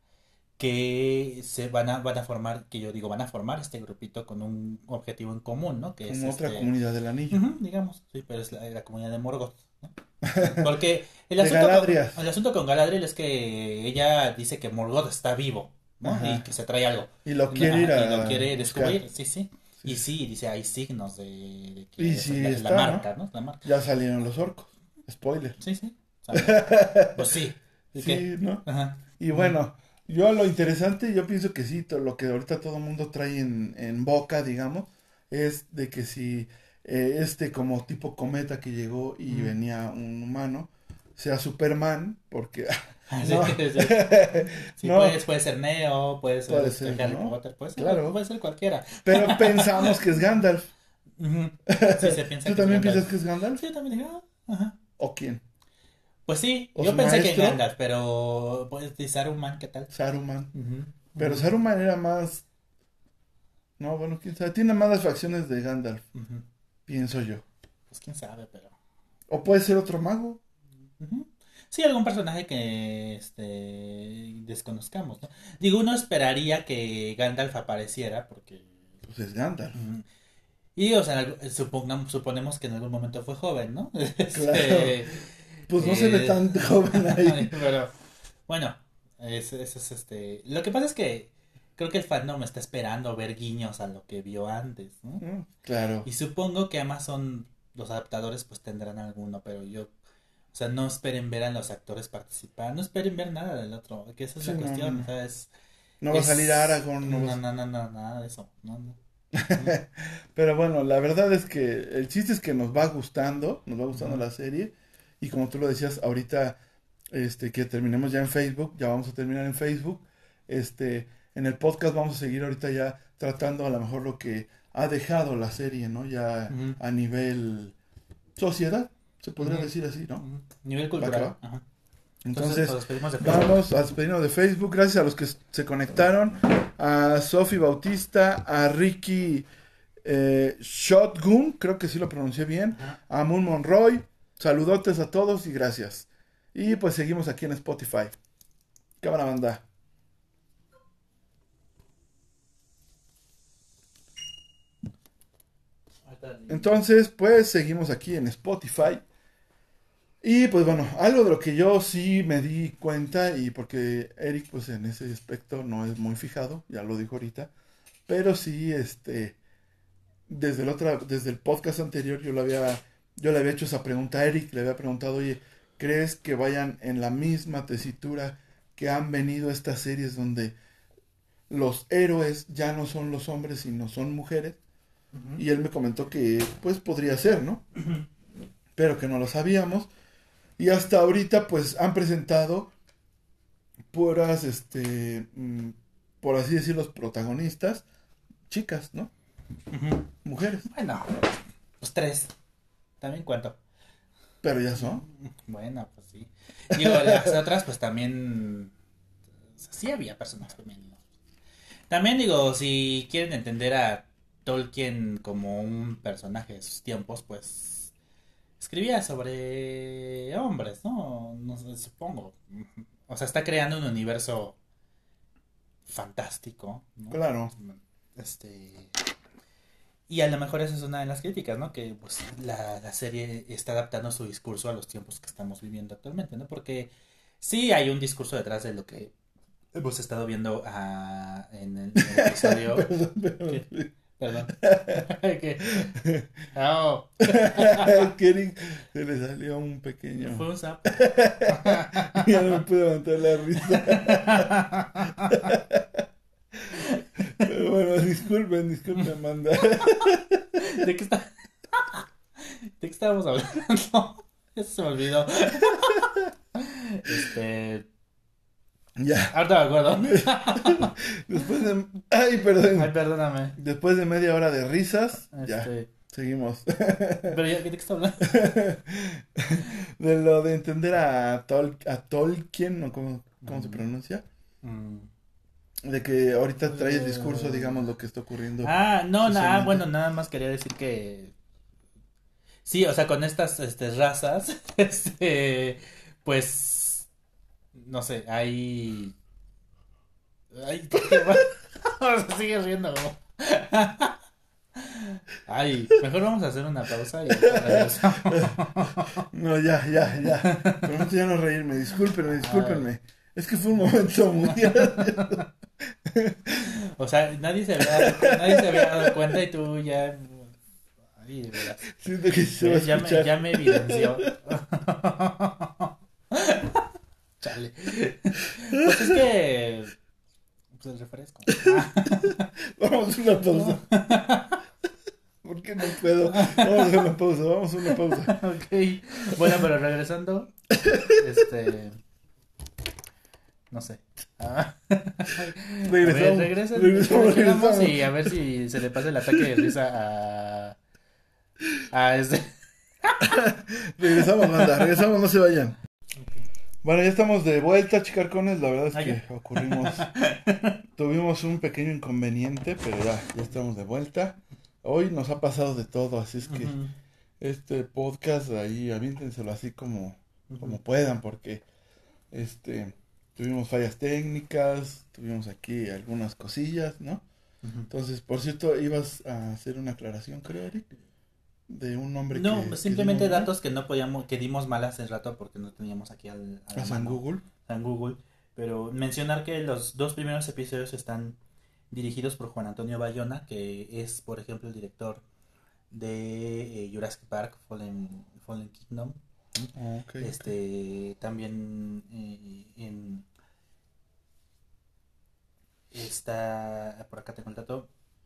que se van a, van a formar, que yo digo, van a formar este grupito con un objetivo en común, ¿no? Que Como es otra este, comunidad del anillo. Uh-huh, digamos, sí, pero es la, la comunidad de Morgoth, ¿no? Porque el de asunto, Galadriel. con, el asunto con Galadriel es que ella dice que Morgoth está vivo, ¿no? Ajá. Y que se trae algo. Y lo quiere ir a y lo quiere descubrir, buscar. sí, sí. Sí. Y sí, dice, hay signos de, de que y es sí la, está, la marca, ¿no? ¿no? La marca. Ya salieron los orcos. Spoiler. Sí, sí. Pues sí. Sí, ¿qué? ¿no? Ajá. Y bueno, yo lo interesante, yo pienso que sí, lo que ahorita todo el mundo trae en, en boca, digamos, es de que si eh, este como tipo cometa que llegó y mm. venía un humano, sea Superman, porque... Sí, no. sí. Sí, no. puede, puede ser Neo, puede ser, puede ser Harry ¿no? Potter, puede ser, claro. puede ser cualquiera. Pero pensamos que es Gandalf. Uh-huh. Sí, se piensa ¿Tú que también es piensas que es Gandalf? Sí, yo también dije, ah, ajá. ¿O quién? Pues sí, ¿O yo pensé maestro? que Gandalf, pero pues de Saruman, ¿qué tal? Saruman. Uh-huh. Pero uh-huh. Saruman era más... No, bueno, quién sabe. Tiene más las facciones de Gandalf, uh-huh. pienso yo. Pues quién sabe, pero... O puede ser otro mago. Uh-huh. Sí, algún personaje que este desconozcamos, ¿no? Digo, uno esperaría que Gandalf apareciera porque... Pues es Gandalf. Uh-huh. Y, o sea, supongamos, suponemos que en algún momento fue joven, ¿no? Claro. Este, pues no eh... se ve tan joven ahí. Pero, bueno, eso es, es este... Lo que pasa es que creo que el fandom está esperando ver guiños a lo que vio antes, ¿no? Mm, claro. Y supongo que Amazon, los adaptadores, pues tendrán alguno, pero yo... O sea, no esperen ver a los actores participar, no esperen ver nada del otro, que esa es sí, la no, cuestión, no. o sea, es... No va es... a salir Aragorn. No, No, no, va... no, no, no, nada de eso, no, no. Pero bueno, la verdad es que el chiste es que nos va gustando, nos va gustando uh-huh. la serie. Y como tú lo decías, ahorita este que terminemos ya en Facebook, ya vamos a terminar en Facebook. Este, en el podcast vamos a seguir ahorita ya tratando a lo mejor lo que ha dejado la serie, ¿no? Ya uh-huh. a nivel sociedad, se podría uh-huh. decir así, ¿no? Uh-huh. Nivel cultural. Ajá. Entonces, Entonces de vamos a despedirnos de Facebook. Gracias a los que se conectaron. A Sofi Bautista, a Ricky eh, Shotgun, creo que sí lo pronuncié bien. Ajá. A Moon Monroy. Saludotes a todos y gracias. Y pues seguimos aquí en Spotify. Cámara banda. Entonces, pues seguimos aquí en Spotify. Y pues bueno, algo de lo que yo sí me di cuenta, y porque Eric pues en ese aspecto no es muy fijado, ya lo dijo ahorita, pero sí, este, desde el otra, desde el podcast anterior yo le había, yo le había hecho esa pregunta a Eric, le había preguntado, oye, ¿crees que vayan en la misma tesitura que han venido estas series donde los héroes ya no son los hombres sino son mujeres? Uh-huh. Y él me comentó que pues podría ser, ¿no? Uh-huh. Pero que no lo sabíamos. Y hasta ahorita, pues, han presentado puras, este, mm, por así decirlo, los protagonistas, chicas, ¿no? Uh-huh. Mujeres. Bueno, pues tres. ¿También cuánto? Pero ya son. Bueno, pues sí. Digo, las otras, pues también, o sea, sí había personajes femeninos. También digo, si quieren entender a Tolkien como un personaje de sus tiempos, pues... escribía sobre hombres, ¿no? No sé, supongo. O sea, está creando un universo fantástico, ¿no? Claro. Este... Y a lo mejor esa es una de las críticas, ¿no? Que pues la, la serie está adaptando su discurso a los tiempos que estamos viviendo actualmente, ¿no? Porque sí hay un discurso detrás de lo que hemos estado viendo uh, en, el, en el episodio. perdón, perdón. ¿Qué? Perdón. ¿Qué? Oh. se le salió un pequeño. Fue un sapo. Ya no me pude levantar la risa. Pero bueno, disculpen, disculpen, Amanda. ¿De qué está? ¿De qué estábamos hablando? Eso se me olvidó. Este. Ya. Ahorita me acuerdo. Después de... Ay, perdón. Ay, perdóname. Después de media hora de risas, este... ya, seguimos. Pero ya, ¿de qué está hablando? De lo de entender a, Tol... a Tolkien, ¿no? ¿Cómo, cómo mm. se pronuncia? Mm. de que ahorita trae el discurso, digamos, lo que está ocurriendo. Ah, no, nada, socialmente. bueno, nada más quería decir que sí, o sea, con estas este razas, este pues no sé, hay ay, ¿qué va? Se sigue riendo. Ay, mejor vamos a hacer una pausa y regresamos. No, ya, ya, ya. Prometo ya no reírme. Discúlpenme, discúlpenme. Es que fue un momento muy gracioso. O sea, nadie se había dado, cu- nadie se había dado cuenta y tú ya. Ay, de veras. Siento que se va a ¿Ves? Ya me, escuchar. ya me evidenció. Chale. Pues es que. Pues el refresco. Vamos a una pausa. ¿Por qué no puedo? Vamos a una pausa, vamos a una pausa. Ok. Bueno, pero regresando. Este. No sé. Ah. A ver, Regresamos. regresen, Regresamos, regresamos regresamos. y a ver si se le pasa el ataque de risa a. A este. Regresamos, banda, regresamos, no se vayan. Bueno, ya estamos de vuelta, chicarcones. La verdad es Ah, que ya. ocurrimos. Tuvimos un pequeño inconveniente, pero ya, ya estamos de vuelta. Hoy nos ha pasado de todo, así es que Ujú, este podcast ahí aviéntenselo así como, ujú. como puedan, porque este tuvimos fallas técnicas, tuvimos aquí algunas cosillas, ¿no? Ujú. Entonces, por cierto, ibas a hacer una aclaración, creo, Eric, de un nombre No, que, que simplemente dimos mal. datos que no podíamos, que dimos mal hace rato porque no teníamos aquí al, a la Ah, San mano, Google. en Google. Pero mencionar que los dos primeros episodios están dirigidos por Juan Antonio Bayona, que es, por ejemplo, el director de eh, Jurassic Park, Fallen, Fallen Kingdom. Ah, ok, ok. Este, también eh, en, está, por acá tengo el dato.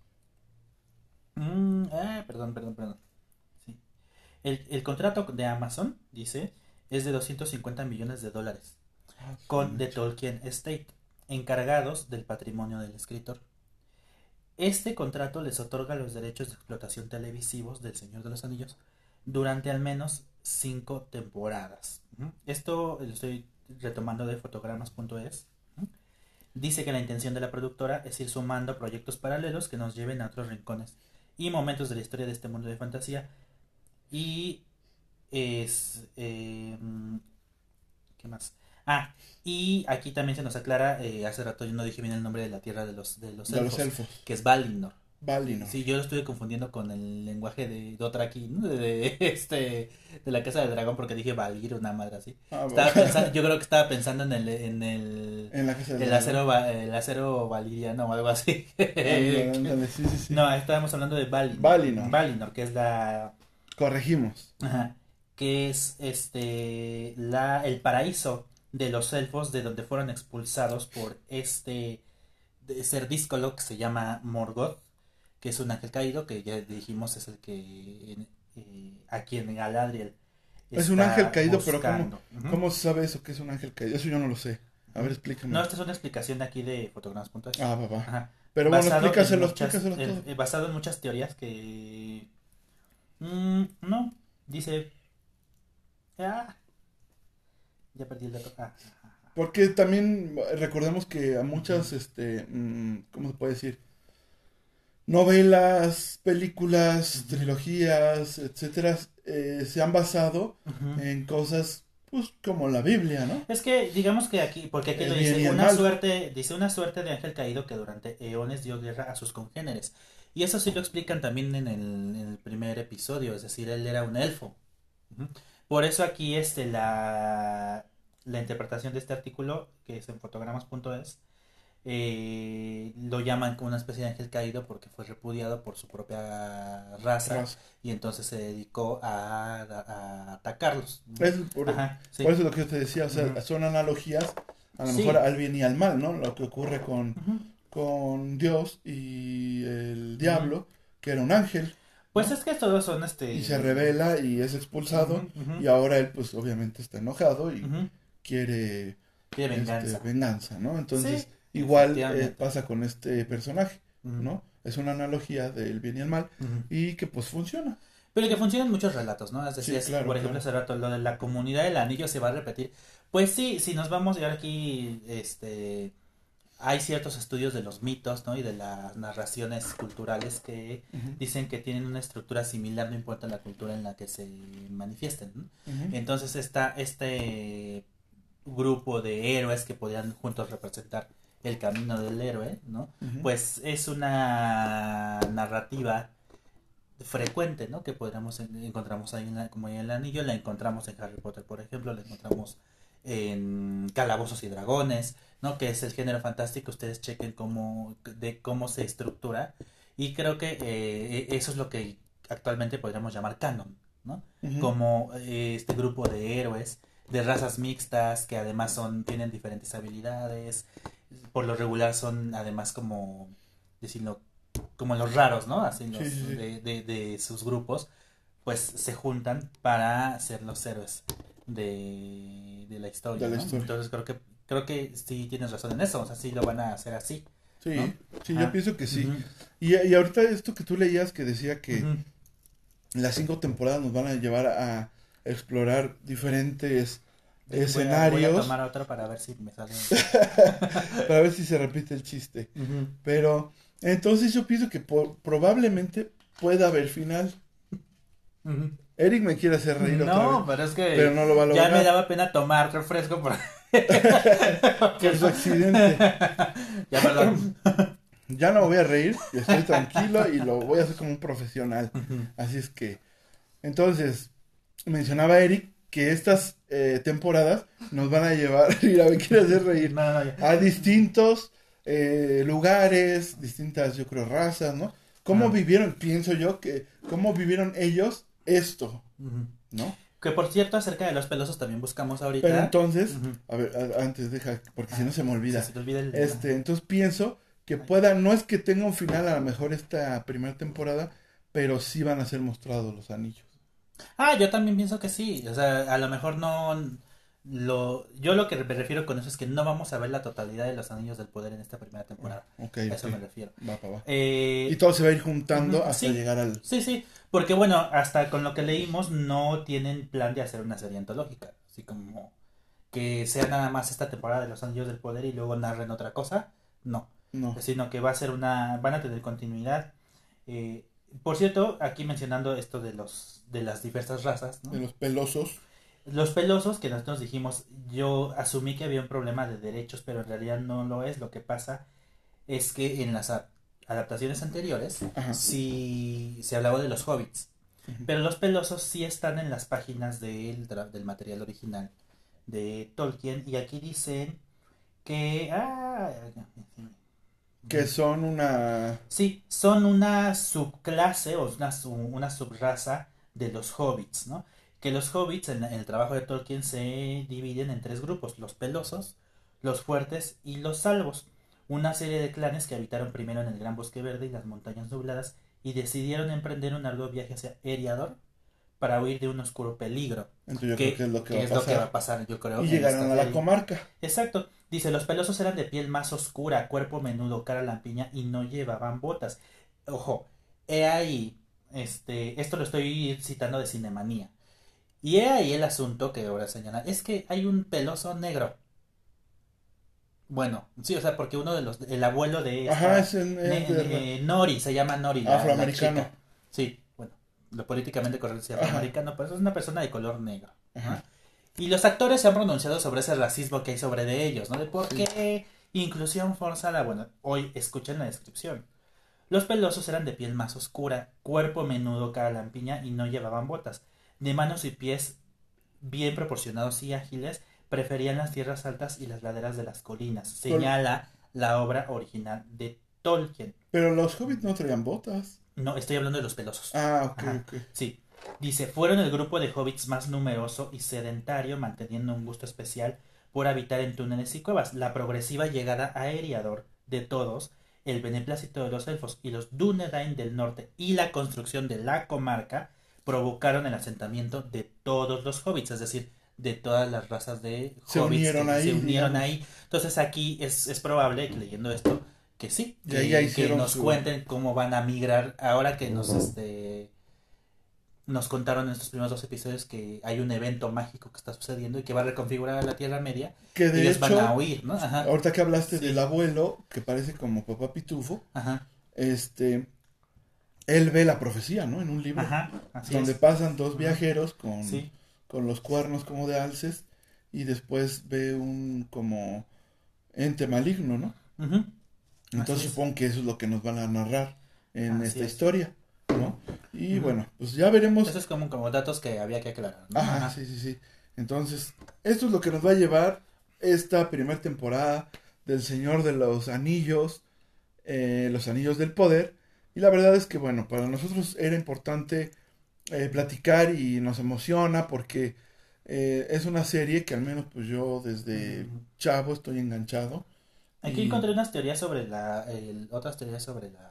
Mm, ah, perdón, perdón, perdón. Sí. El, el contrato de Amazon, dice, es de doscientos cincuenta millones de dólares Ah, su con The mecha. Tolkien Estate, encargados del patrimonio del escritor. Este contrato les otorga los derechos de explotación televisivos del Señor de los Anillos durante al menos cinco temporadas. Ujú. Esto lo estoy retomando de fotogramas punto es. Ujú. Dice que la intención de la productora es ir sumando proyectos paralelos que nos lleven a otros rincones y momentos de la historia de este mundo de fantasía. Y es... eh, ¿qué más? Ah, y aquí también se nos aclara, eh, hace rato yo no dije bien el nombre de la tierra de los, de los De elfos, los elfos. que es Valinor. Valinor. Sí, yo lo estuve confundiendo con el lenguaje de Dothraki, ¿no? de, de, este, de la Casa del Dragón, porque dije Valir, una madre así. Ah, Estaba bueno. pensando, yo creo que estaba pensando en el, en el, En la casa del el dragón. acero, va- el acero valiriano o algo así. Ándale, ándale, sí, sí, sí. No, estábamos hablando de Valinor. Valinor. Valinor, que es la, Corregimos. ajá, que es este la el paraíso de los elfos, de donde fueron expulsados por este de ser díscolo que se llama Morgoth, que es un ángel caído, que ya dijimos es el que eh, a quien Galadriel Es un está ángel caído, pero buscando. ¿cómo, Ujú. ¿cómo se sabe eso que es un ángel caído? Eso yo no lo sé. A ver, Ujú. explícame. No, esta es una explicación de aquí de fotogramas punto es. Ah, va, va. Ajá. Pero bueno, Basado en explícaselo, muchas- explícaselo eh, todo. eh, basado en muchas teorías que mm, no, dice ah, ya perdí el dato. Ah, ah, ah. Porque también eh, recordemos que a muchas, este, mm, ¿cómo se puede decir? Novelas, películas, Ujú. trilogías, etcétera, eh, se han basado Ujú. en cosas, pues, como la Biblia, ¿no? Es que digamos que aquí, porque aquí El lo bien y dice, el una mal. suerte, dice una suerte de ángel caído que durante eones dio guerra a sus congéneres. Y eso sí lo explican también en el, en el primer episodio, es decir, él era un elfo. Ujú. Por eso aquí este la, la interpretación de este artículo, que es en fotogramas punto es, eh, lo llaman como una especie de ángel caído porque fue repudiado por su propia raza Raza. y entonces se dedicó a, a- a atacarlos. Es por, Ajá, sí. por eso es lo que yo te decía, o sea, Ujú. son analogías, a lo Sí. mejor al bien y al mal, ¿no? Lo que ocurre con, Ujú. con Dios y el diablo, que era un ángel, Pues ¿no? es que todos son este. Y se revela y es expulsado, Ujú, ujú, y ahora él, pues, obviamente está enojado y ujú. quiere Quiere venganza. este, venganza, ¿no? Entonces, Sí, igual efectivamente. eh, pasa con este personaje, Ujú, ¿no? Es una analogía del bien y el mal ujú. y que pues funciona. Pero que funcionan muchos relatos, ¿no? Es decir, Sí, es- claro, por ejemplo, claro. hace rato lo de la comunidad del anillo se va a repetir. Pues sí, si nos vamos a llegar aquí, este, hay ciertos estudios de los mitos, ¿no? Y de las narraciones culturales que uh-huh. dicen que tienen una estructura similar, no importa la cultura en la que se manifiesten, ¿no? Uh-huh. Entonces está este grupo de héroes que podrían juntos representar el camino del héroe, ¿no? Uh-huh. Pues es una narrativa frecuente, ¿no? Que podríamos encontramos ahí en la, como en el anillo, la encontramos en Harry Potter, por ejemplo, la encontramos en Calabozos y Dragones, ¿no? Que es el género fantástico. Ustedes chequen cómo de cómo se estructura y creo que eh, eso es lo que actualmente podríamos llamar canon, ¿no? Uh-huh. Como eh, este grupo de héroes de razas mixtas que además son tienen diferentes habilidades, por lo regular son además como decirlo como los raros, ¿no? Así los, sí, sí, sí. De, de, de sus grupos, pues se juntan para ser los héroes de, de la historia, de la ¿no? historia. Entonces creo que creo que sí tienes razón en eso, o sea, sí lo van a hacer así. Sí, ¿no? sí, ah. yo pienso que sí. Uh-huh. Y, y ahorita esto que tú leías que decía que uh-huh. las cinco temporadas nos van a llevar a explorar diferentes voy escenarios. A, voy a tomar otro para ver si me sale. Para ver si se repite el chiste. Uh-huh. Pero entonces yo pienso que por, probablemente pueda haber final. Uh-huh. Eric me quiere hacer reír no, otra vez. No, pero es que pero no lo va a lograr. Ya me daba pena tomar refresco por que es su accidente. Ya, perdón. Ya no me voy a reír, estoy tranquilo y lo voy a hacer como un profesional. Uh-huh. Así es que, entonces, mencionaba Eric que estas eh, temporadas nos van a llevar, mira, me quiere hacer reír, no, no, no, a distintos eh, lugares, distintas, yo creo, razas, ¿no? ¿Cómo uh-huh. vivieron, pienso yo, que cómo vivieron ellos esto, uh-huh. ¿no? Que por cierto, acerca de los pelosos también buscamos ahorita. Pero entonces, uh-huh. a ver, a, antes deja, porque ah, si no se me olvida. Se te olvida el... Este, entonces pienso que pueda, no es que tenga un final a lo mejor esta primera temporada, pero sí van a ser mostrados los anillos. Ah, yo también pienso que sí, o sea, a lo mejor no, lo, yo lo que me refiero con eso es que no vamos a ver la totalidad de los anillos del poder en esta primera temporada, okay, a eso okay. me refiero. Va, va, va. Eh, y todo se va a ir juntando uh-huh, hasta sí, llegar al... Sí, sí, porque bueno, hasta con lo que leímos no tienen plan de hacer una serie antológica, así como que sea nada más esta temporada de los anillos del poder y luego narren otra cosa, no. No. Sino que va a ser una, van a tener continuidad. Eh, por cierto, aquí mencionando esto de los, de las diversas razas, ¿no? De los pelosos. Los pelosos que nosotros dijimos, yo asumí que había un problema de derechos, pero en realidad no lo es. Lo que pasa es que en las a- adaptaciones anteriores Ajá. sí se hablaba de los hobbits, uh-huh. pero los pelosos sí están en las páginas del, del material original de Tolkien, y aquí dicen que... Ah, que son una... Sí, son una subclase o una, una subraza de los hobbits, ¿no? Que los hobbits en, en el trabajo de Tolkien se dividen en tres grupos: los pelosos, los fuertes y los salvos. Una serie de clanes que habitaron primero en el Gran Bosque Verde y las Montañas Nubladas y decidieron emprender un arduo viaje hacia Eriador para huir de un oscuro peligro. Entonces yo que, creo que es lo que, que va, es a lo que va a pasar, yo creo. Y llegaron a la comarca. Exacto. Dice, los pelosos eran de piel más oscura, cuerpo menudo, cara lampiña y no llevaban botas. Ojo, he ahí, este, esto lo estoy citando de Cinemanía. Y he ahí el asunto que ahora señala, es que hay un peloso negro. Bueno, sí, o sea, porque uno de los, el abuelo de esta, Ajá, es, el, ne, es de... ne, Nori, se llama Nori, la, afroamericano. la chica. Sí, bueno, lo políticamente correcto es afroamericano, pero eso es una persona de color negro. Ajá. Y los actores se han pronunciado sobre ese racismo que hay sobre de ellos, ¿no? De por qué sí. Inclusión forzada. Bueno, hoy escuchen la descripción. Los pelosos eran de piel más oscura, cuerpo menudo, cara lampiña y no llevaban botas. De manos y pies bien proporcionados y ágiles, preferían las tierras altas y las laderas de las colinas. Señala la obra original de Tolkien. Pero los hobbits no traían botas. No, estoy hablando de los pelosos. Ah, ok, Ajá. ok. Sí. Dice, fueron el grupo de hobbits más numeroso y sedentario, manteniendo un gusto especial por habitar en túneles y cuevas. La progresiva llegada a Eriador de todos, el beneplácito de los elfos y los Dúnedain del norte y la construcción de la comarca provocaron el asentamiento de todos los hobbits, es decir, de todas las razas de se hobbits unieron que ahí, se unieron digamos. ahí. Entonces aquí es, es probable que leyendo esto, que sí, que, ya que nos su... cuenten cómo van a migrar ahora que nos este nos contaron en estos primeros dos episodios que hay un evento mágico que está sucediendo y que va a reconfigurar a la Tierra Media. Que de y ellos hecho, van a huir, ¿no? Ajá. Ahorita que hablaste Sí. del abuelo, que parece como Papá Pitufo, Ajá. este, él ve la profecía, ¿no? En un libro, Ajá. Así donde es. pasan dos Ajá. viajeros con, Sí. con los cuernos como de alces, y después ve un como ente maligno, ¿no? Ujú. Entonces Así es. supongo que eso es lo que nos van a narrar en Así esta es. historia, ¿no? Y Ujú. bueno, pues ya veremos. Eso es como, como datos que había que aclarar, ¿no? Ajá, sí, sí, sí. Entonces, esto es lo que nos va a llevar esta primera temporada del Señor de los Anillos, eh, los Anillos del Poder. Y la verdad es que, bueno, para nosotros era importante eh, platicar y nos emociona porque eh, es una serie que al menos pues yo desde Ujú. chavo estoy enganchado. Aquí Y- encontré unas teorías sobre la... El, otras teorías sobre la...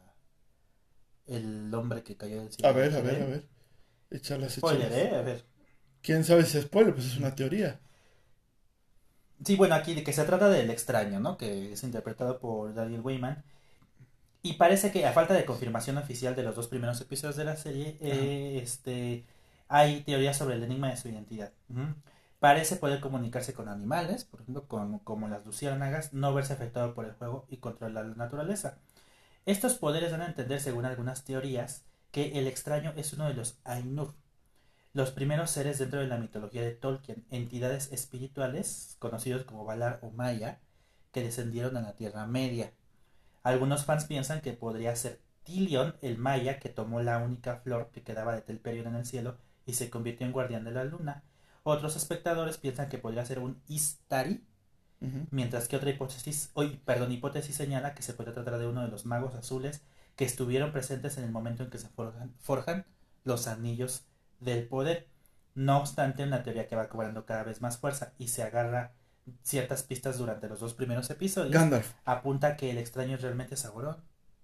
El hombre que cayó del cielo. A ver, a ver, a ver. Échalas, Spoiler, échalas. ¿eh? A ver. ¿Quién sabe si es spoiler? Pues es una teoría. Sí, bueno, aquí de que se trata del extraño, ¿no? Que es interpretado por Daniel Weyman. Y parece que a falta de confirmación oficial de los dos primeros episodios de la serie, eh, este, hay teorías sobre el enigma de su identidad. Ujú. Parece poder comunicarse con animales, por ejemplo, con, como las luciérnagas, no verse afectado por el juego y controlar la naturaleza. Estos poderes dan a entender, según algunas teorías, que el extraño es uno de los Ainur, los primeros seres dentro de la mitología de Tolkien, entidades espirituales, conocidos como Valar o Maya, que descendieron a la Tierra Media. Algunos fans piensan que podría ser Tilion, el Maya, que tomó la única flor que quedaba de Telperion en el cielo y se convirtió en guardián de la luna. Otros espectadores piensan que podría ser un Istari, Ujú. mientras que otra hipótesis, hoy, perdón, hipótesis señala que se puede tratar de uno de los magos azules que estuvieron presentes en el momento en que se forjan, forjan los anillos del poder. No obstante, una teoría que va cobrando cada vez más fuerza y se agarra ciertas pistas durante los dos primeros episodios, Gandalf. apunta que el extraño es realmente Sauron.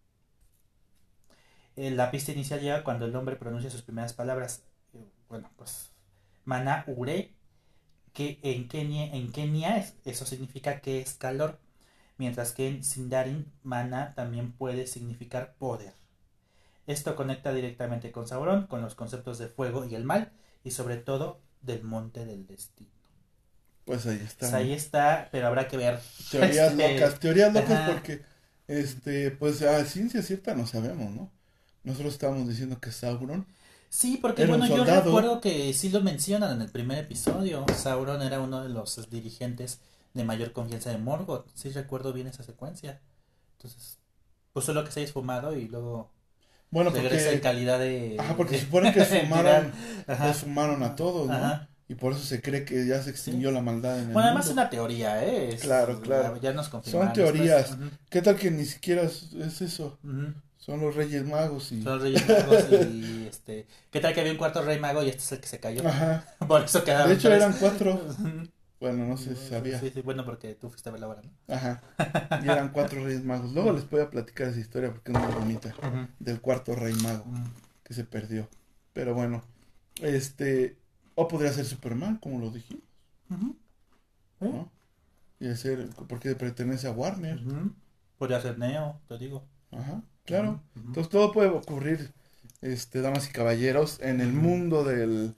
Eh, la pista inicial llega cuando el hombre pronuncia sus primeras palabras. Eh, bueno, pues Mana Ure, que en Kenia, en Kenia es, eso significa que es calor, mientras que en Sindarin Mana también puede significar poder. Esto conecta directamente con Sauron, con los conceptos de fuego y el mal, y sobre todo del monte del destino. Pues ahí está. Pues ahí está, pero habrá que ver. Teorías Este, locas, teorías locas ajá. porque, este, pues a ciencia cierta no sabemos, ¿no? Nosotros estábamos diciendo que Sauron, Sí, porque Era un bueno, yo soldado. recuerdo que sí lo mencionan en el primer episodio. Sauron era uno de los dirigentes de mayor confianza de Morgoth. Sí recuerdo bien esa secuencia. Entonces, pues solo que se haya esfumado y luego bueno, regresa en porque, calidad de... ajá, porque de- se supone que esfumaron, entidad. Ajá. esfumaron a todos, ¿no? Ajá. Y por eso se cree que ya se extinguió la maldad en el Bueno, además es mundo. una teoría, ¿eh? Es- Claro, claro. Ya, ya nos confirmaron. Son teorías. Después, ¿Qué tal que ni siquiera es, es eso? ujú, ujú. Son los Reyes Magos y... Son los Reyes Magos y este... ¿Qué tal que había un cuarto Rey Mago y este es el que se cayó? Ajá. Por eso quedaron De hecho tres. eran cuatro. Ujú. Bueno, no sé si sabía. Sí, sí, bueno, porque tú fuiste a ver la hora, ¿no? Ajá. Y eran cuatro Reyes Magos. Luego les voy a platicar esa historia porque es muy bonita. Ujú. Del cuarto Rey Mago Ujú. que se perdió. Pero bueno, este... O podría ser Superman, como lo dijimos, Ujú. ¿Eh? ¿no? Y hacer... Porque pertenece a Warner. Ujú. Podría ser Neo, te digo. Ajá, claro. Ujú. Entonces todo puede ocurrir, este, damas y caballeros, en el Ujú. mundo del,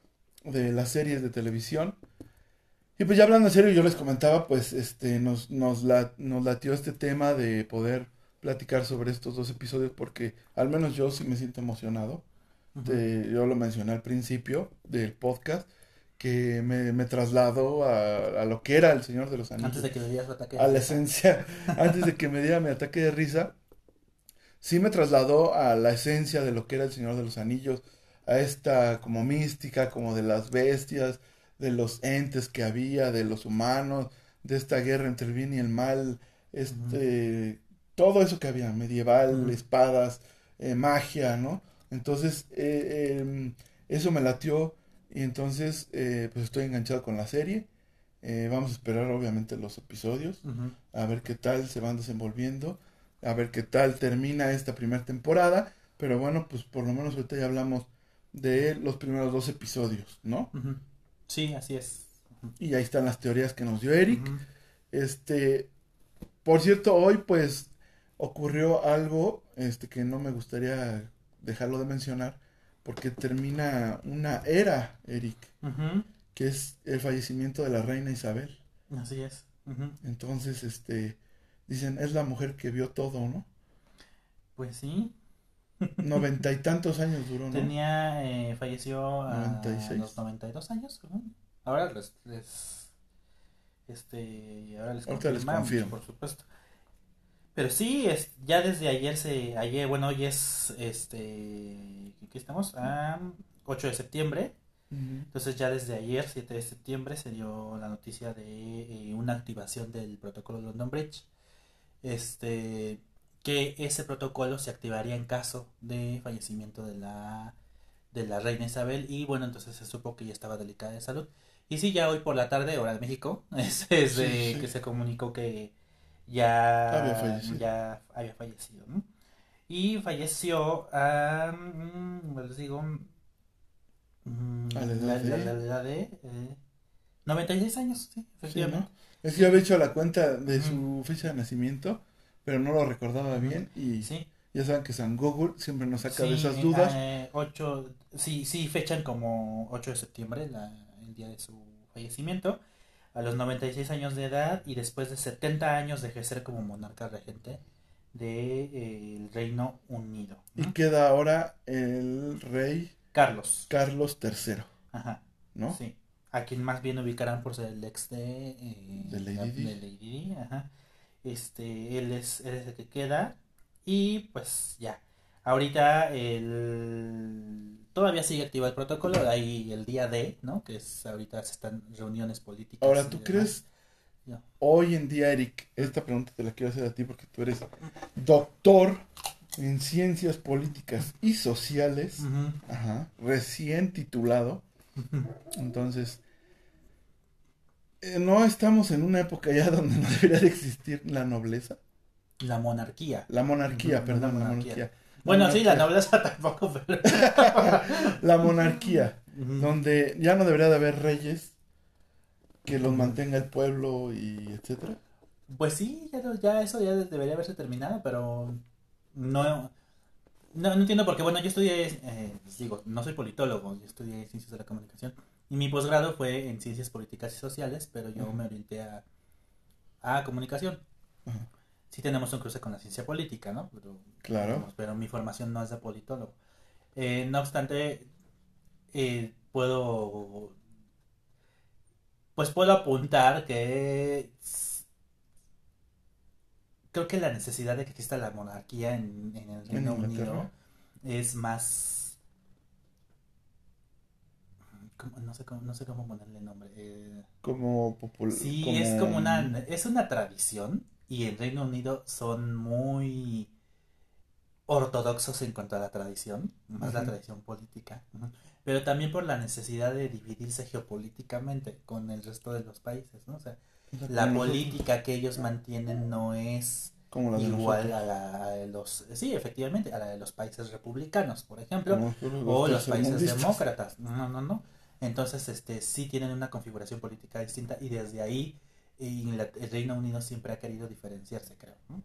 de las series de televisión. Y pues ya hablando en serio, yo les comentaba, pues, este, nos, nos, la, nos latió este tema de poder platicar sobre estos dos episodios porque al menos yo sí me siento emocionado. Ujú. De- yo lo mencioné al principio del podcast, que me, me trasladó a, a lo que era el Señor de los Anillos, Antes de que le dieras su ataque. a la de- esencia, antes de que me diera mi ataque de risa, sí me trasladó a la esencia de lo que era el Señor de los Anillos, a esta como mística, como de las bestias, de los entes que había, de los humanos, de esta guerra entre el bien y el mal, este, todo eso que había, medieval, Ujú. espadas, eh, magia, ¿no? Entonces, eh, em, eso me latió y entonces, eh, pues estoy enganchado con la serie. Eh, vamos a esperar obviamente los episodios, Ujú. a ver qué tal se van desenvolviendo, a ver qué tal termina esta primera temporada, pero bueno, pues por lo menos ahorita ya hablamos de los primeros dos episodios, ¿no? Ujú. Sí, así es. Ujú. Y ahí están las teorías que nos dio Eric. Ujú. Este, por cierto, hoy pues ocurrió algo, este, que no me gustaría dejarlo de mencionar, porque termina una era, Eric, Uh-huh. que es el fallecimiento de la reina Isabel. Así es. Uh-huh. Entonces, este, dicen, es la mujer que vio todo, ¿no? Pues sí. Noventa y tantos años duró, ¿no? Tenía, eh, falleció a noventa y seis. los noventa y dos años. ¿No? Ahora les, les, este, ahora les Ahorita les confirmamos, confirmo. por supuesto. Pero sí, es, ya desde ayer se, ayer, bueno, hoy es, este, ¿qué estamos? Ah, ocho de septiembre. Ujú. Entonces ya desde ayer, siete de septiembre, se dio la noticia de eh, una activación del protocolo London Bridge. Este, que ese protocolo se activaría en caso de fallecimiento de la, de la reina Isabel. Y bueno, entonces se supo que ya estaba delicada de salud. Y sí, ya hoy por la tarde, hora de México, es, es Sí, de sí. que se comunicó que ya Había fallecido. ya había fallecido, ¿no? Y falleció a, mm, les digo, mm, A la edad la, de- la- la- la edad de eh, noventa y seis años, sí, Sí, efectivamente. ¿no? Es que yo había hecho la cuenta de Ujú. su fecha de nacimiento, pero no lo recordaba Ujú. bien y Sí, ya saben que San Google siempre nos saca de sí, esas eh, dudas. eh, ocho, sí, sí, fechan como ocho de septiembre, la, el día de su fallecimiento, a los noventa y seis años de edad y después de setenta años de ejercer como monarca regente del Reino Unido, Y ¿no? queda ahora el rey Carlos, Carlos tercero, ajá, ¿no? sí, a quien más bien ubicarán por ser el ex de, eh, De Lady la- Di. de Lady Di, ajá. Este, él es, él es el que queda y pues ya, ahorita el todavía sigue activo el protocolo, hay el día D, ¿no? Que es ahorita se están reuniones políticas. Ahora, y ¿tú demás. crees No. hoy en día, Eric? Esta pregunta te la quiero hacer a ti porque tú eres doctor en ciencias políticas y sociales, Ujú. ajá, recién titulado. Entonces, eh, ¿no estamos en una época ya donde no debería de existir la nobleza? La monarquía. La monarquía, Ujú, perdón, la la monarquía. monarquía. Bueno, La sí, la monarquía. nobleza tampoco, pero... La monarquía, Ujú. donde ya no debería de haber reyes que los Ujú. mantenga el pueblo y etcétera. Pues sí, ya, no- ya eso ya debería haberse terminado, pero no, no, no entiendo porque, bueno, yo estudié, eh, les digo, no soy politólogo, yo estudié ciencias de la comunicación y mi posgrado fue en ciencias políticas y sociales, pero yo Ujú. me orienté a, a comunicación. Ajá. Sí tenemos un cruce con la ciencia política, ¿no? Pero, Claro. digamos, pero mi formación no es de politólogo. Eh, no obstante, eh, puedo, pues puedo apuntar que s- creo que la necesidad de que exista la monarquía en, en el En Reino Inglaterra. Unido es más, ¿cómo? no sé cómo, no sé cómo ponerle nombre. eh, Como popular. sí, es como una, es una tradición y el Reino Unido son muy ortodoxos en cuanto a la tradición, más la Ujú. tradición política, ujú, pero también por la necesidad de dividirse geopolíticamente con el resto de los países, ¿no? O sea, O sea, la como nosotros, política que ellos mantienen no es como la de igual nosotros. a la de los, sí, efectivamente, a la de los países republicanos, por ejemplo, Como nosotros o los países tercermundistas. demócratas. No, no, no. Entonces, este, sí tienen una configuración política distinta y desde ahí Ingla- el Reino Unido siempre ha querido diferenciarse, creo, ¿no?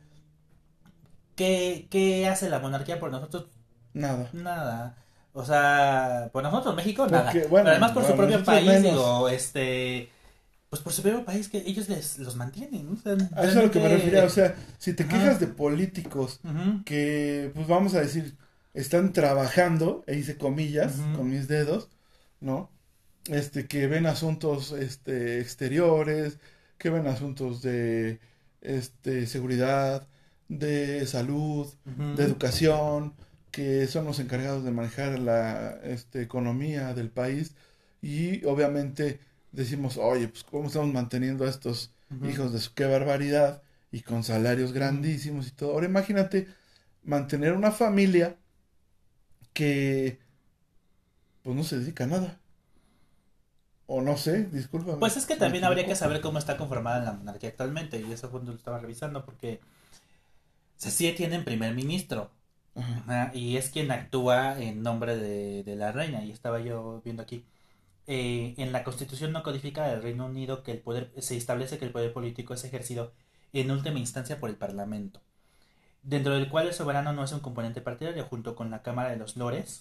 ¿Qué, qué hace la monarquía por nosotros? Nada. Nada. O sea, por nosotros, México, nada. Porque, bueno, Pero además por su bueno, propio nosotros país, menos. digo, este... Pues por su propio país que ellos les, los mantienen, ¿no? O sea, A eso es a lo que me realmente- refería. O sea, si te Ajá. quejas de políticos Ujú, que, pues vamos a decir, están trabajando, e hice comillas Ujú. con mis dedos, ¿no? Este, que ven asuntos este, exteriores, que ven asuntos de este, seguridad, de salud, ujú. de educación, que son los encargados de manejar la este, economía del país y obviamente decimos, oye, pues cómo estamos manteniendo a estos Ujú. hijos de su qué barbaridad y con salarios grandísimos y todo. Ahora imagínate mantener una familia que pues no se dedica a nada. O no sé, discúlpame. Pues es que si me también habría que equivoco. saber cómo está conformada la monarquía actualmente, y eso cuando lo estaba revisando, porque se sí tienen primer ministro, Ajá. ajá, y es quien actúa en nombre de, de la reina, y estaba yo viendo aquí. Eh, en la Constitución no codifica del Reino Unido que el poder, se establece que el poder político es ejercido en última instancia por el Parlamento, dentro del cual el soberano no es un componente partidario, junto con la Cámara de los Lores,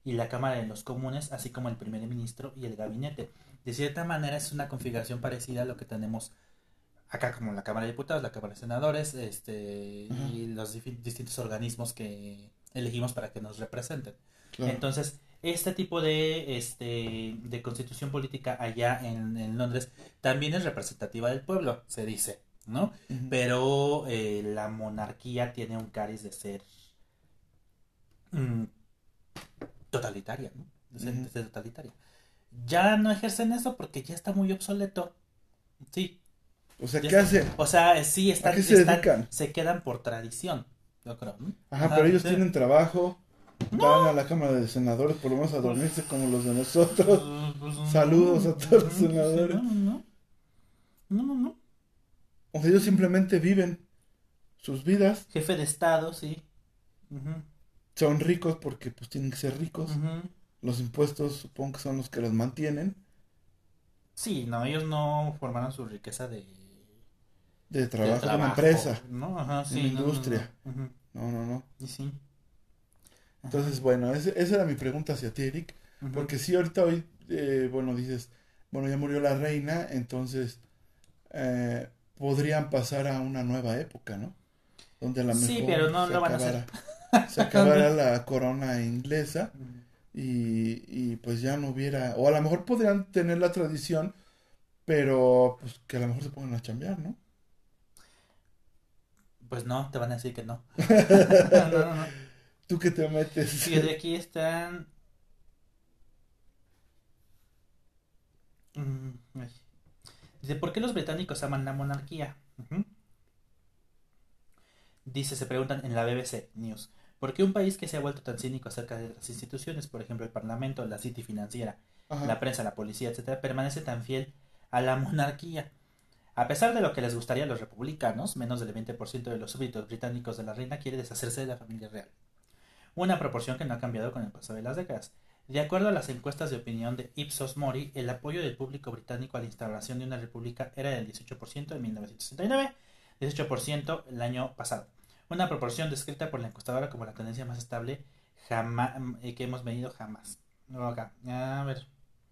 y la Cámara de los Comunes, así como el primer ministro y el gabinete. De cierta manera es una configuración parecida a lo que tenemos acá, como la Cámara de Diputados, la Cámara de Senadores, este, uh-huh. y los dif- distintos organismos que elegimos para que nos representen. Claro. Entonces, este tipo de este de constitución política allá en, en Londres también es representativa del pueblo, se dice, ¿no? Uh-huh. Pero eh, la monarquía tiene un cariz de ser mm, totalitaria, ¿no? De ser, uh-huh. de ser totalitaria. Ya no ejercen eso porque ya está muy obsoleto. Sí. O sea, ya ¿qué está, hace? O sea, sí, están, ¿A qué se están, dedican? Se quedan por tradición, yo creo, ¿no? Ajá, Ajá, pero ellos sí. tienen trabajo. No. Van a la Cámara de Senadores por lo menos a dormirse como los de nosotros. Saludos a todos los senadores. No, no, no, no, no. O sea, ellos simplemente viven sus vidas. Jefe de Estado, sí. Uh-huh. Son ricos porque pues tienen que ser ricos. Uh-huh. Los impuestos supongo que son los que los mantienen. Sí, no, ellos no formaron su riqueza de... De trabajo, de, trabajo, una empresa. ¿no? Ajá, sí, de no, industria. No, no, uh-huh. no, no, no. Y sí. Entonces, bueno, ese, esa era mi pregunta hacia ti, Eric, uh-huh. porque si ahorita hoy, eh, bueno, dices, bueno, ya murió la reina, entonces eh, podrían pasar a una nueva época, ¿no? Donde a lo mejor sí, pero no se, lo van acabara, a hacer. se acabara la corona inglesa y, y pues ya no hubiera, o a lo mejor podrían tener la tradición, pero pues que a lo mejor se pongan a chambear, ¿no? Pues no, te van a decir que no. no, no, no. ¿Tú qué te metes? Sí, de aquí están... Dice, ¿por qué los británicos aman la monarquía? Uh-huh. Dice, se preguntan en la B B C News, ¿por qué un país que se ha vuelto tan cínico acerca de las instituciones, por ejemplo el Parlamento, la City financiera, Ajá. la prensa, la policía, etcétera, permanece tan fiel a la monarquía? A pesar de lo que les gustaría a los republicanos, menos del veinte por ciento de los súbditos británicos de la reina quiere deshacerse de la familia real. Una proporción que no ha cambiado con el paso de las décadas. De acuerdo a las encuestas de opinión de Ipsos Mori, el apoyo del público británico a la instauración de una república era del dieciocho por ciento en mil novecientos sesenta y nueve, dieciocho por ciento el año pasado. Una proporción descrita por la encuestadora como la tendencia más estable jamás, eh, que hemos medido jamás. Acá. A ver.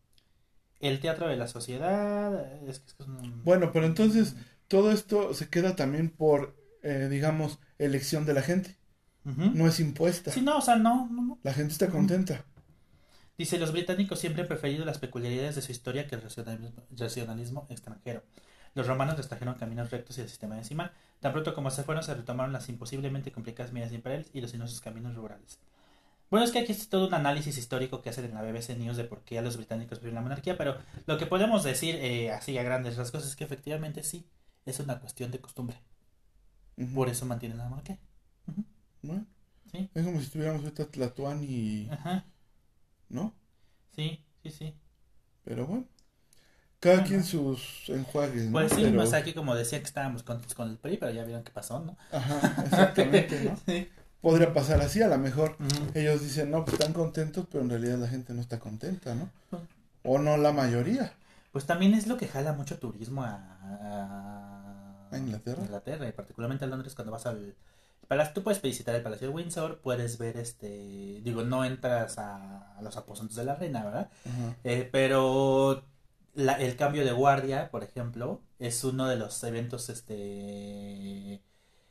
El teatro de la sociedad. Es que, es que es un... Bueno, pero entonces todo esto se queda también por, eh, digamos, elección de la gente. Uh-huh. No es impuesta. Sí, no, o sea, no, no, no. La gente está contenta. Uh-huh. Dice, los británicos siempre han preferido las peculiaridades de su historia que el racionalismo, racionalismo extranjero. Los romanos les trajeron caminos rectos y el sistema decimal. Tan pronto como se fueron, se retomaron las imposiblemente complicadas medidas imperiales y los sinuosos caminos rurales. Bueno, es que aquí es todo un análisis histórico que hacen en la B B C News de por qué a los británicos prefieren la monarquía, pero lo que podemos decir eh, así a grandes rasgos es que efectivamente sí, es una cuestión de costumbre. Uh-huh. Por eso mantienen la monarquía. Uh-huh. Bueno, ¿sí? Es como si estuviéramos ahorita Tlatuán y... Ajá. ¿No? Sí, sí, sí. Pero bueno, cada bueno. quien sus enjuagues, ¿no? Pues sí, pero... pues aquí como decía que estábamos contentos con el P R I, pero ya vieron qué pasó, ¿no? Ajá, exactamente, ¿no? Sí. Podría pasar así, a lo mejor uh-huh. ellos dicen, no, pues están contentos, pero en realidad la gente no está contenta, ¿no? Uh-huh. O no la mayoría. Pues también es lo que jala mucho turismo a... a... ¿A Inglaterra? Inglaterra, y particularmente a Londres cuando vas al... Palacio, tú puedes visitar el Palacio de Windsor, puedes ver este... Digo, no entras a, a los aposentos de la reina, ¿verdad? Uh-huh. Eh, pero... La, el cambio de guardia, por ejemplo, es uno de los eventos, este...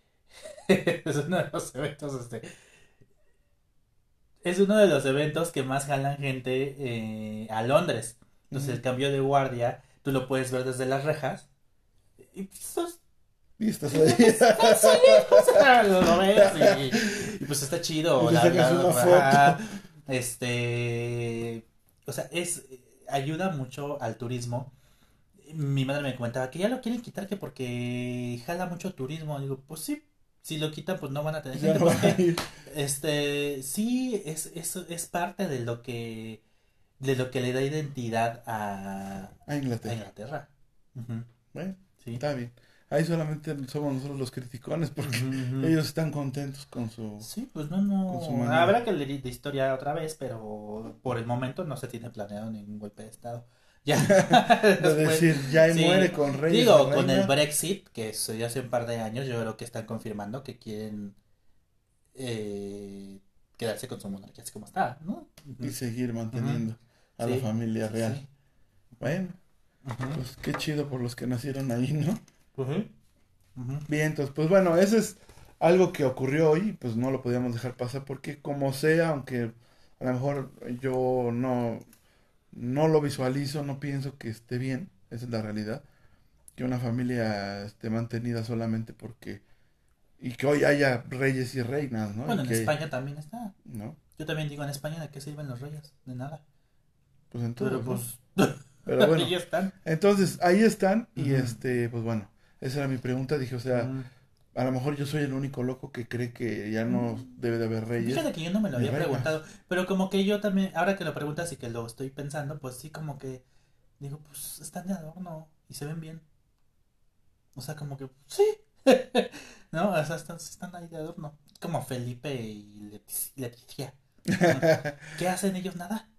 es uno de los eventos, este... Es uno de los eventos que más jalan gente eh, a Londres. Entonces, uh-huh. el cambio de guardia, tú lo puedes ver desde las rejas. Y pues... Y estás ahí. Estás ahí, pues, lo, lo ves y, y pues está chido. Y la, sacas la, una la, foto. Este... O sea, es... ayuda mucho al turismo. Mi madre me comentaba que ya lo quieren quitar que porque jala mucho turismo. Digo, pues sí, si lo quitan pues no van a tener gente. No porque, este, sí, es, es, es parte de lo que de lo que le da identidad a, a Inglaterra. A Inglaterra. Uh-huh. Bueno, sí. Está bien. Ahí solamente somos nosotros los criticones porque uh-huh. ellos están contentos con su... Sí, pues no, no. Habrá que leer de historia otra vez, pero por el momento no se tiene planeado ningún golpe de estado. Ya. Después, es decir, ya sí. muere con reyes. Digo, con el Brexit, que ya hace un par de años, yo creo que están confirmando que quieren eh, quedarse con su monarquía así como está, ¿no? uh-huh. y seguir manteniendo uh-huh. a sí. la familia real. Sí. Bueno, uh-huh. pues qué chido por los que nacieron ahí, ¿no? Uh-huh. Uh-huh. Bien, entonces, pues bueno, eso es algo que ocurrió hoy, pues no lo podíamos dejar pasar porque como sea, aunque a lo mejor yo no, no lo visualizo, no pienso que esté bien, esa es la realidad, que una familia esté mantenida solamente porque, y que hoy haya reyes y reinas, ¿no? Bueno, y en que, España también está. ¿no? Yo también digo, en España, ¿de qué sirven los reyes? De nada. Pues entonces, Pero pues, ¿no? Pero bueno, ahí están. Entonces, ahí están, y uh-huh. este, pues bueno, esa era mi pregunta, dije, o sea, uh-huh. a lo mejor yo soy el único loco que cree que ya no uh-huh. debe de haber reyes. Fíjate que yo no me lo había preguntado, pero como que yo también, ahora que lo preguntas y que lo estoy pensando, pues sí, como que, digo, pues están de adorno y se ven bien. O sea, como que, sí, ¿no? O sea, están, están ahí de adorno, como Felipe y Leticia. ¿Qué hacen ellos? Nada.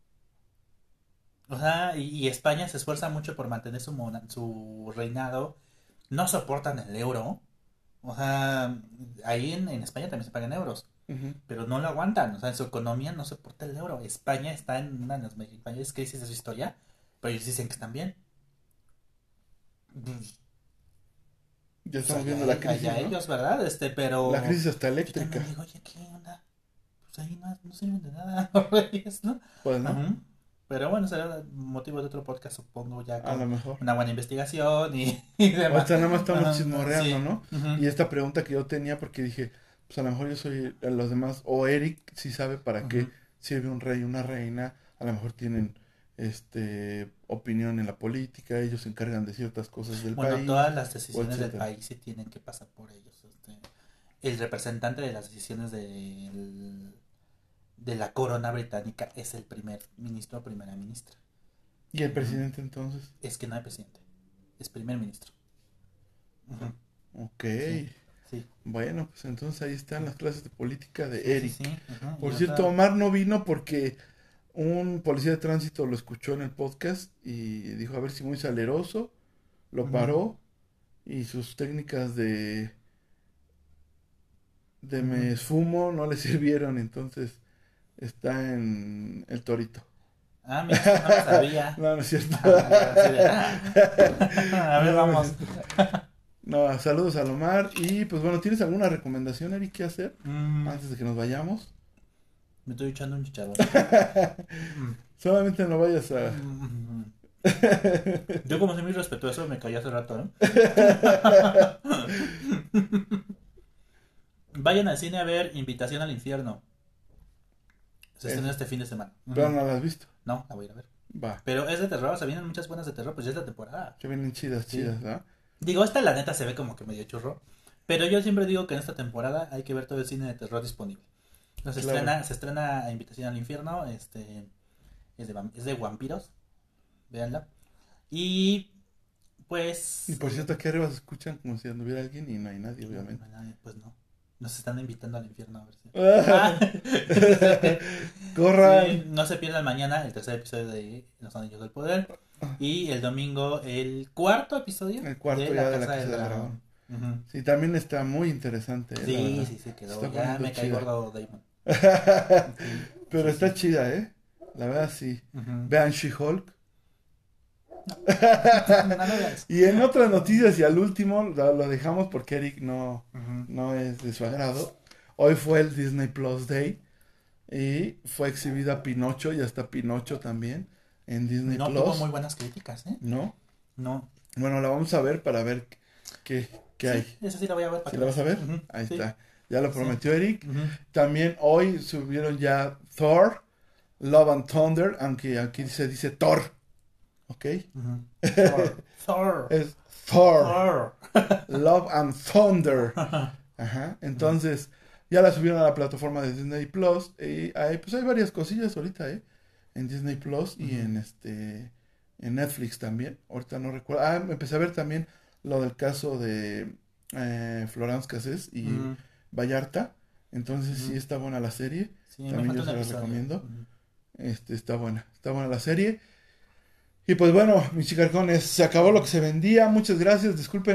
O sea, y, y España se esfuerza mucho por mantener su, mona, su reinado. No soportan el euro. O sea, ahí en, en España también se pagan euros. Uh-huh. Pero no lo aguantan. O sea, en su economía no soporta el euro. España está en una de las mayores crisis de su historia. Pero ellos dicen que están bien. Ya estamos o sea, viendo ya, la crisis, ya ¿no? ellos, ¿verdad? Este, pero... La crisis hasta eléctrica. Yo digo, oye, ¿qué onda? Pues ahí no, no sirven de nada los reyes, ¿no? Pues no. Uh-huh. Pero bueno, será motivo de otro podcast, supongo, ya con a lo mejor una buena investigación y, y demás. O sea, nada más estamos uh-huh. chismorreando, sí. ¿no? Uh-huh. Y esta pregunta que yo tenía, porque dije, pues a lo mejor yo soy los demás, o Eric sí sabe para uh-huh. qué sirve un rey, una reina, a lo mejor tienen este opinión en la política, ellos se encargan de ciertas cosas del bueno, país. Bueno, todas las decisiones del país sí tienen que pasar por ellos. Este, el representante de las decisiones del... de la corona británica es el primer ministro o primera ministra. ¿Y el presidente entonces? Es que no hay presidente, es primer ministro. Uh-huh. Ok. Sí, sí. Bueno, pues entonces ahí están las clases de política de sí, Eric. Sí, sí. Uh-huh. Por y cierto, otra... Omar no vino porque un policía de tránsito lo escuchó en el podcast y dijo a ver si muy saleroso, lo uh-huh. paró y sus técnicas de de uh-huh. me esfumo no le sirvieron, entonces está en el Torito. Ah, mira, no lo sabía. No, no es cierto. A ver, vamos. No, saludos a Omar. Y pues bueno, ¿tienes alguna recomendación, Eric, qué hacer mm. antes de que nos vayamos? Me estoy echando un chicharrón. Solamente no vayas a... Yo como soy muy respetuoso me callé hace rato, ¿eh? Vayan al cine a ver Invitación al Infierno. Se estrena este fin de semana. ¿Pero uh-huh. no la has visto? No, la voy a ir a ver. Va. Pero es de terror, o sea, vienen muchas buenas de terror, pues ya es la temporada. Que vienen chidas, sí. chidas, ¿no? Digo, esta la neta se ve como que medio churro. Pero yo siempre digo que en esta temporada hay que ver todo el cine de terror disponible. Entonces claro. se estrena, se estrena Invitación al Infierno, este es de, es de vampiros. Véanla. Y pues... Y por cierto, aquí arriba se escuchan como si anduviera alguien y no hay nadie, obviamente. No, no hay nadie, pues no. Nos están invitando al infierno a ver si... ¡Corran! Sí, no se pierdan mañana el tercer episodio de Los Anillos del Poder. Y el domingo el cuarto episodio. El cuarto de ya la de la Casa Casa del Dragón. Dragón. Uh-huh. Sí, también está muy interesante. Sí, sí, sí, sí, quedó. Está ya me cae gordo Damon. Pero sí, está sí. chida, ¿eh? La verdad sí. Uh-huh. Vean She-Hulk. No. No, no, no y en otras noticias y al último lo, lo dejamos porque Eric no, uh-huh. no es de su agrado. Hoy fue el Disney Plus Day y fue exhibida Pinocho y hasta Pinocho también en Disney no Plus. No tuvo muy buenas críticas, ¿eh? ¿No? No. Bueno, la vamos a ver para ver qué, qué sí, hay. Esa sí la voy a ver. ¿Sí la vas a ver? Uh-huh. Ahí sí. está. Ya lo prometió sí. Eric. Uh-huh. También hoy subieron ya Thor, Love and Thunder, aunque aquí se dice Thor. ¿Ok? Uh-huh. Thor. Thor. Es Thor. Thor. Love and Thunder. Ajá. Entonces, uh-huh. ya la subieron a la plataforma de Disney Plus. Y hay, pues hay varias cosillas ahorita, ¿eh? En Disney Plus uh-huh. y en este en Netflix también. Ahorita no recuerdo. Ah, empecé a ver también lo del caso de eh, Florence Cassés y uh-huh. Vallarta. Entonces, uh-huh. sí está buena la serie. Sí, también yo se la episodio. recomiendo. Uh-huh. Este, está buena. Está buena la serie. Y pues bueno, mis chicarcones, se acabó lo que se vendía. Muchas gracias. Disculpen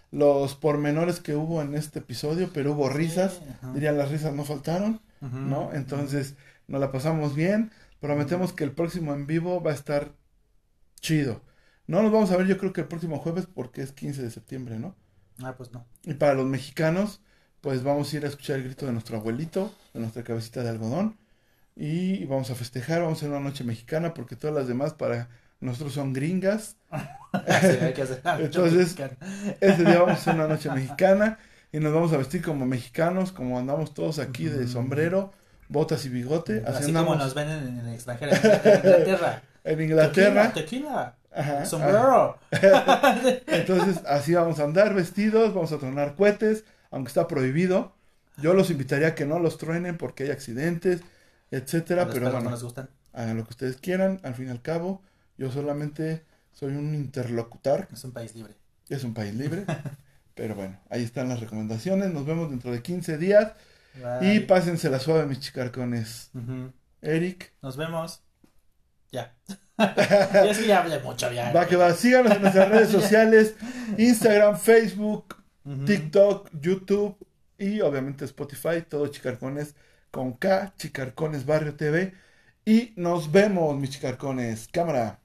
los pormenores que hubo en este episodio, pero hubo risas, Sí, ajá. dirían las risas no faltaron, Ujú, ¿no? Entonces nos la pasamos bien, prometemos que el próximo en vivo va a estar chido. No nos vamos a ver yo creo que el próximo jueves porque es quince de septiembre, ¿no? Ah, pues no. Y para los mexicanos, pues vamos a ir a escuchar el grito de nuestro abuelito, de nuestra cabecita de algodón, y vamos a festejar, vamos a hacer una noche mexicana porque todas las demás para nosotros son gringas. Sí, hay que hacer algo Entonces, mexicano. Ese día vamos a hacer una noche mexicana y nos vamos a vestir como mexicanos, como andamos todos aquí de Ujú. sombrero, botas y bigote. Así Así como andamos nos ven en, en el extranjero, en Inglaterra. en Inglaterra. Tequila, tequila, Ajá, sombrero. Entonces, así vamos a andar vestidos, vamos a tronar cohetes, aunque está prohibido. Yo los invitaría a que no los truenen porque hay accidentes, A etcétera, los pero perros bueno, no les gustan. hagan lo que ustedes quieran. Al fin y al cabo, yo solamente soy un interlocutor. Es un país libre. Es un país libre. Pero bueno, ahí están las recomendaciones. Nos vemos dentro de quince días. Y Bye. pásensela suave, mis chicarcones. Ujú. Eric. Nos vemos. Ya. Yo es que ya hablé mucho, ya. Va que va. Síganos en nuestras redes sociales. Instagram, Facebook, Ujú. TikTok, YouTube y obviamente Spotify. Todo Chicarcones con K. Chicarcones Barrio T V. Y nos vemos, mis chicarcones. Cámara.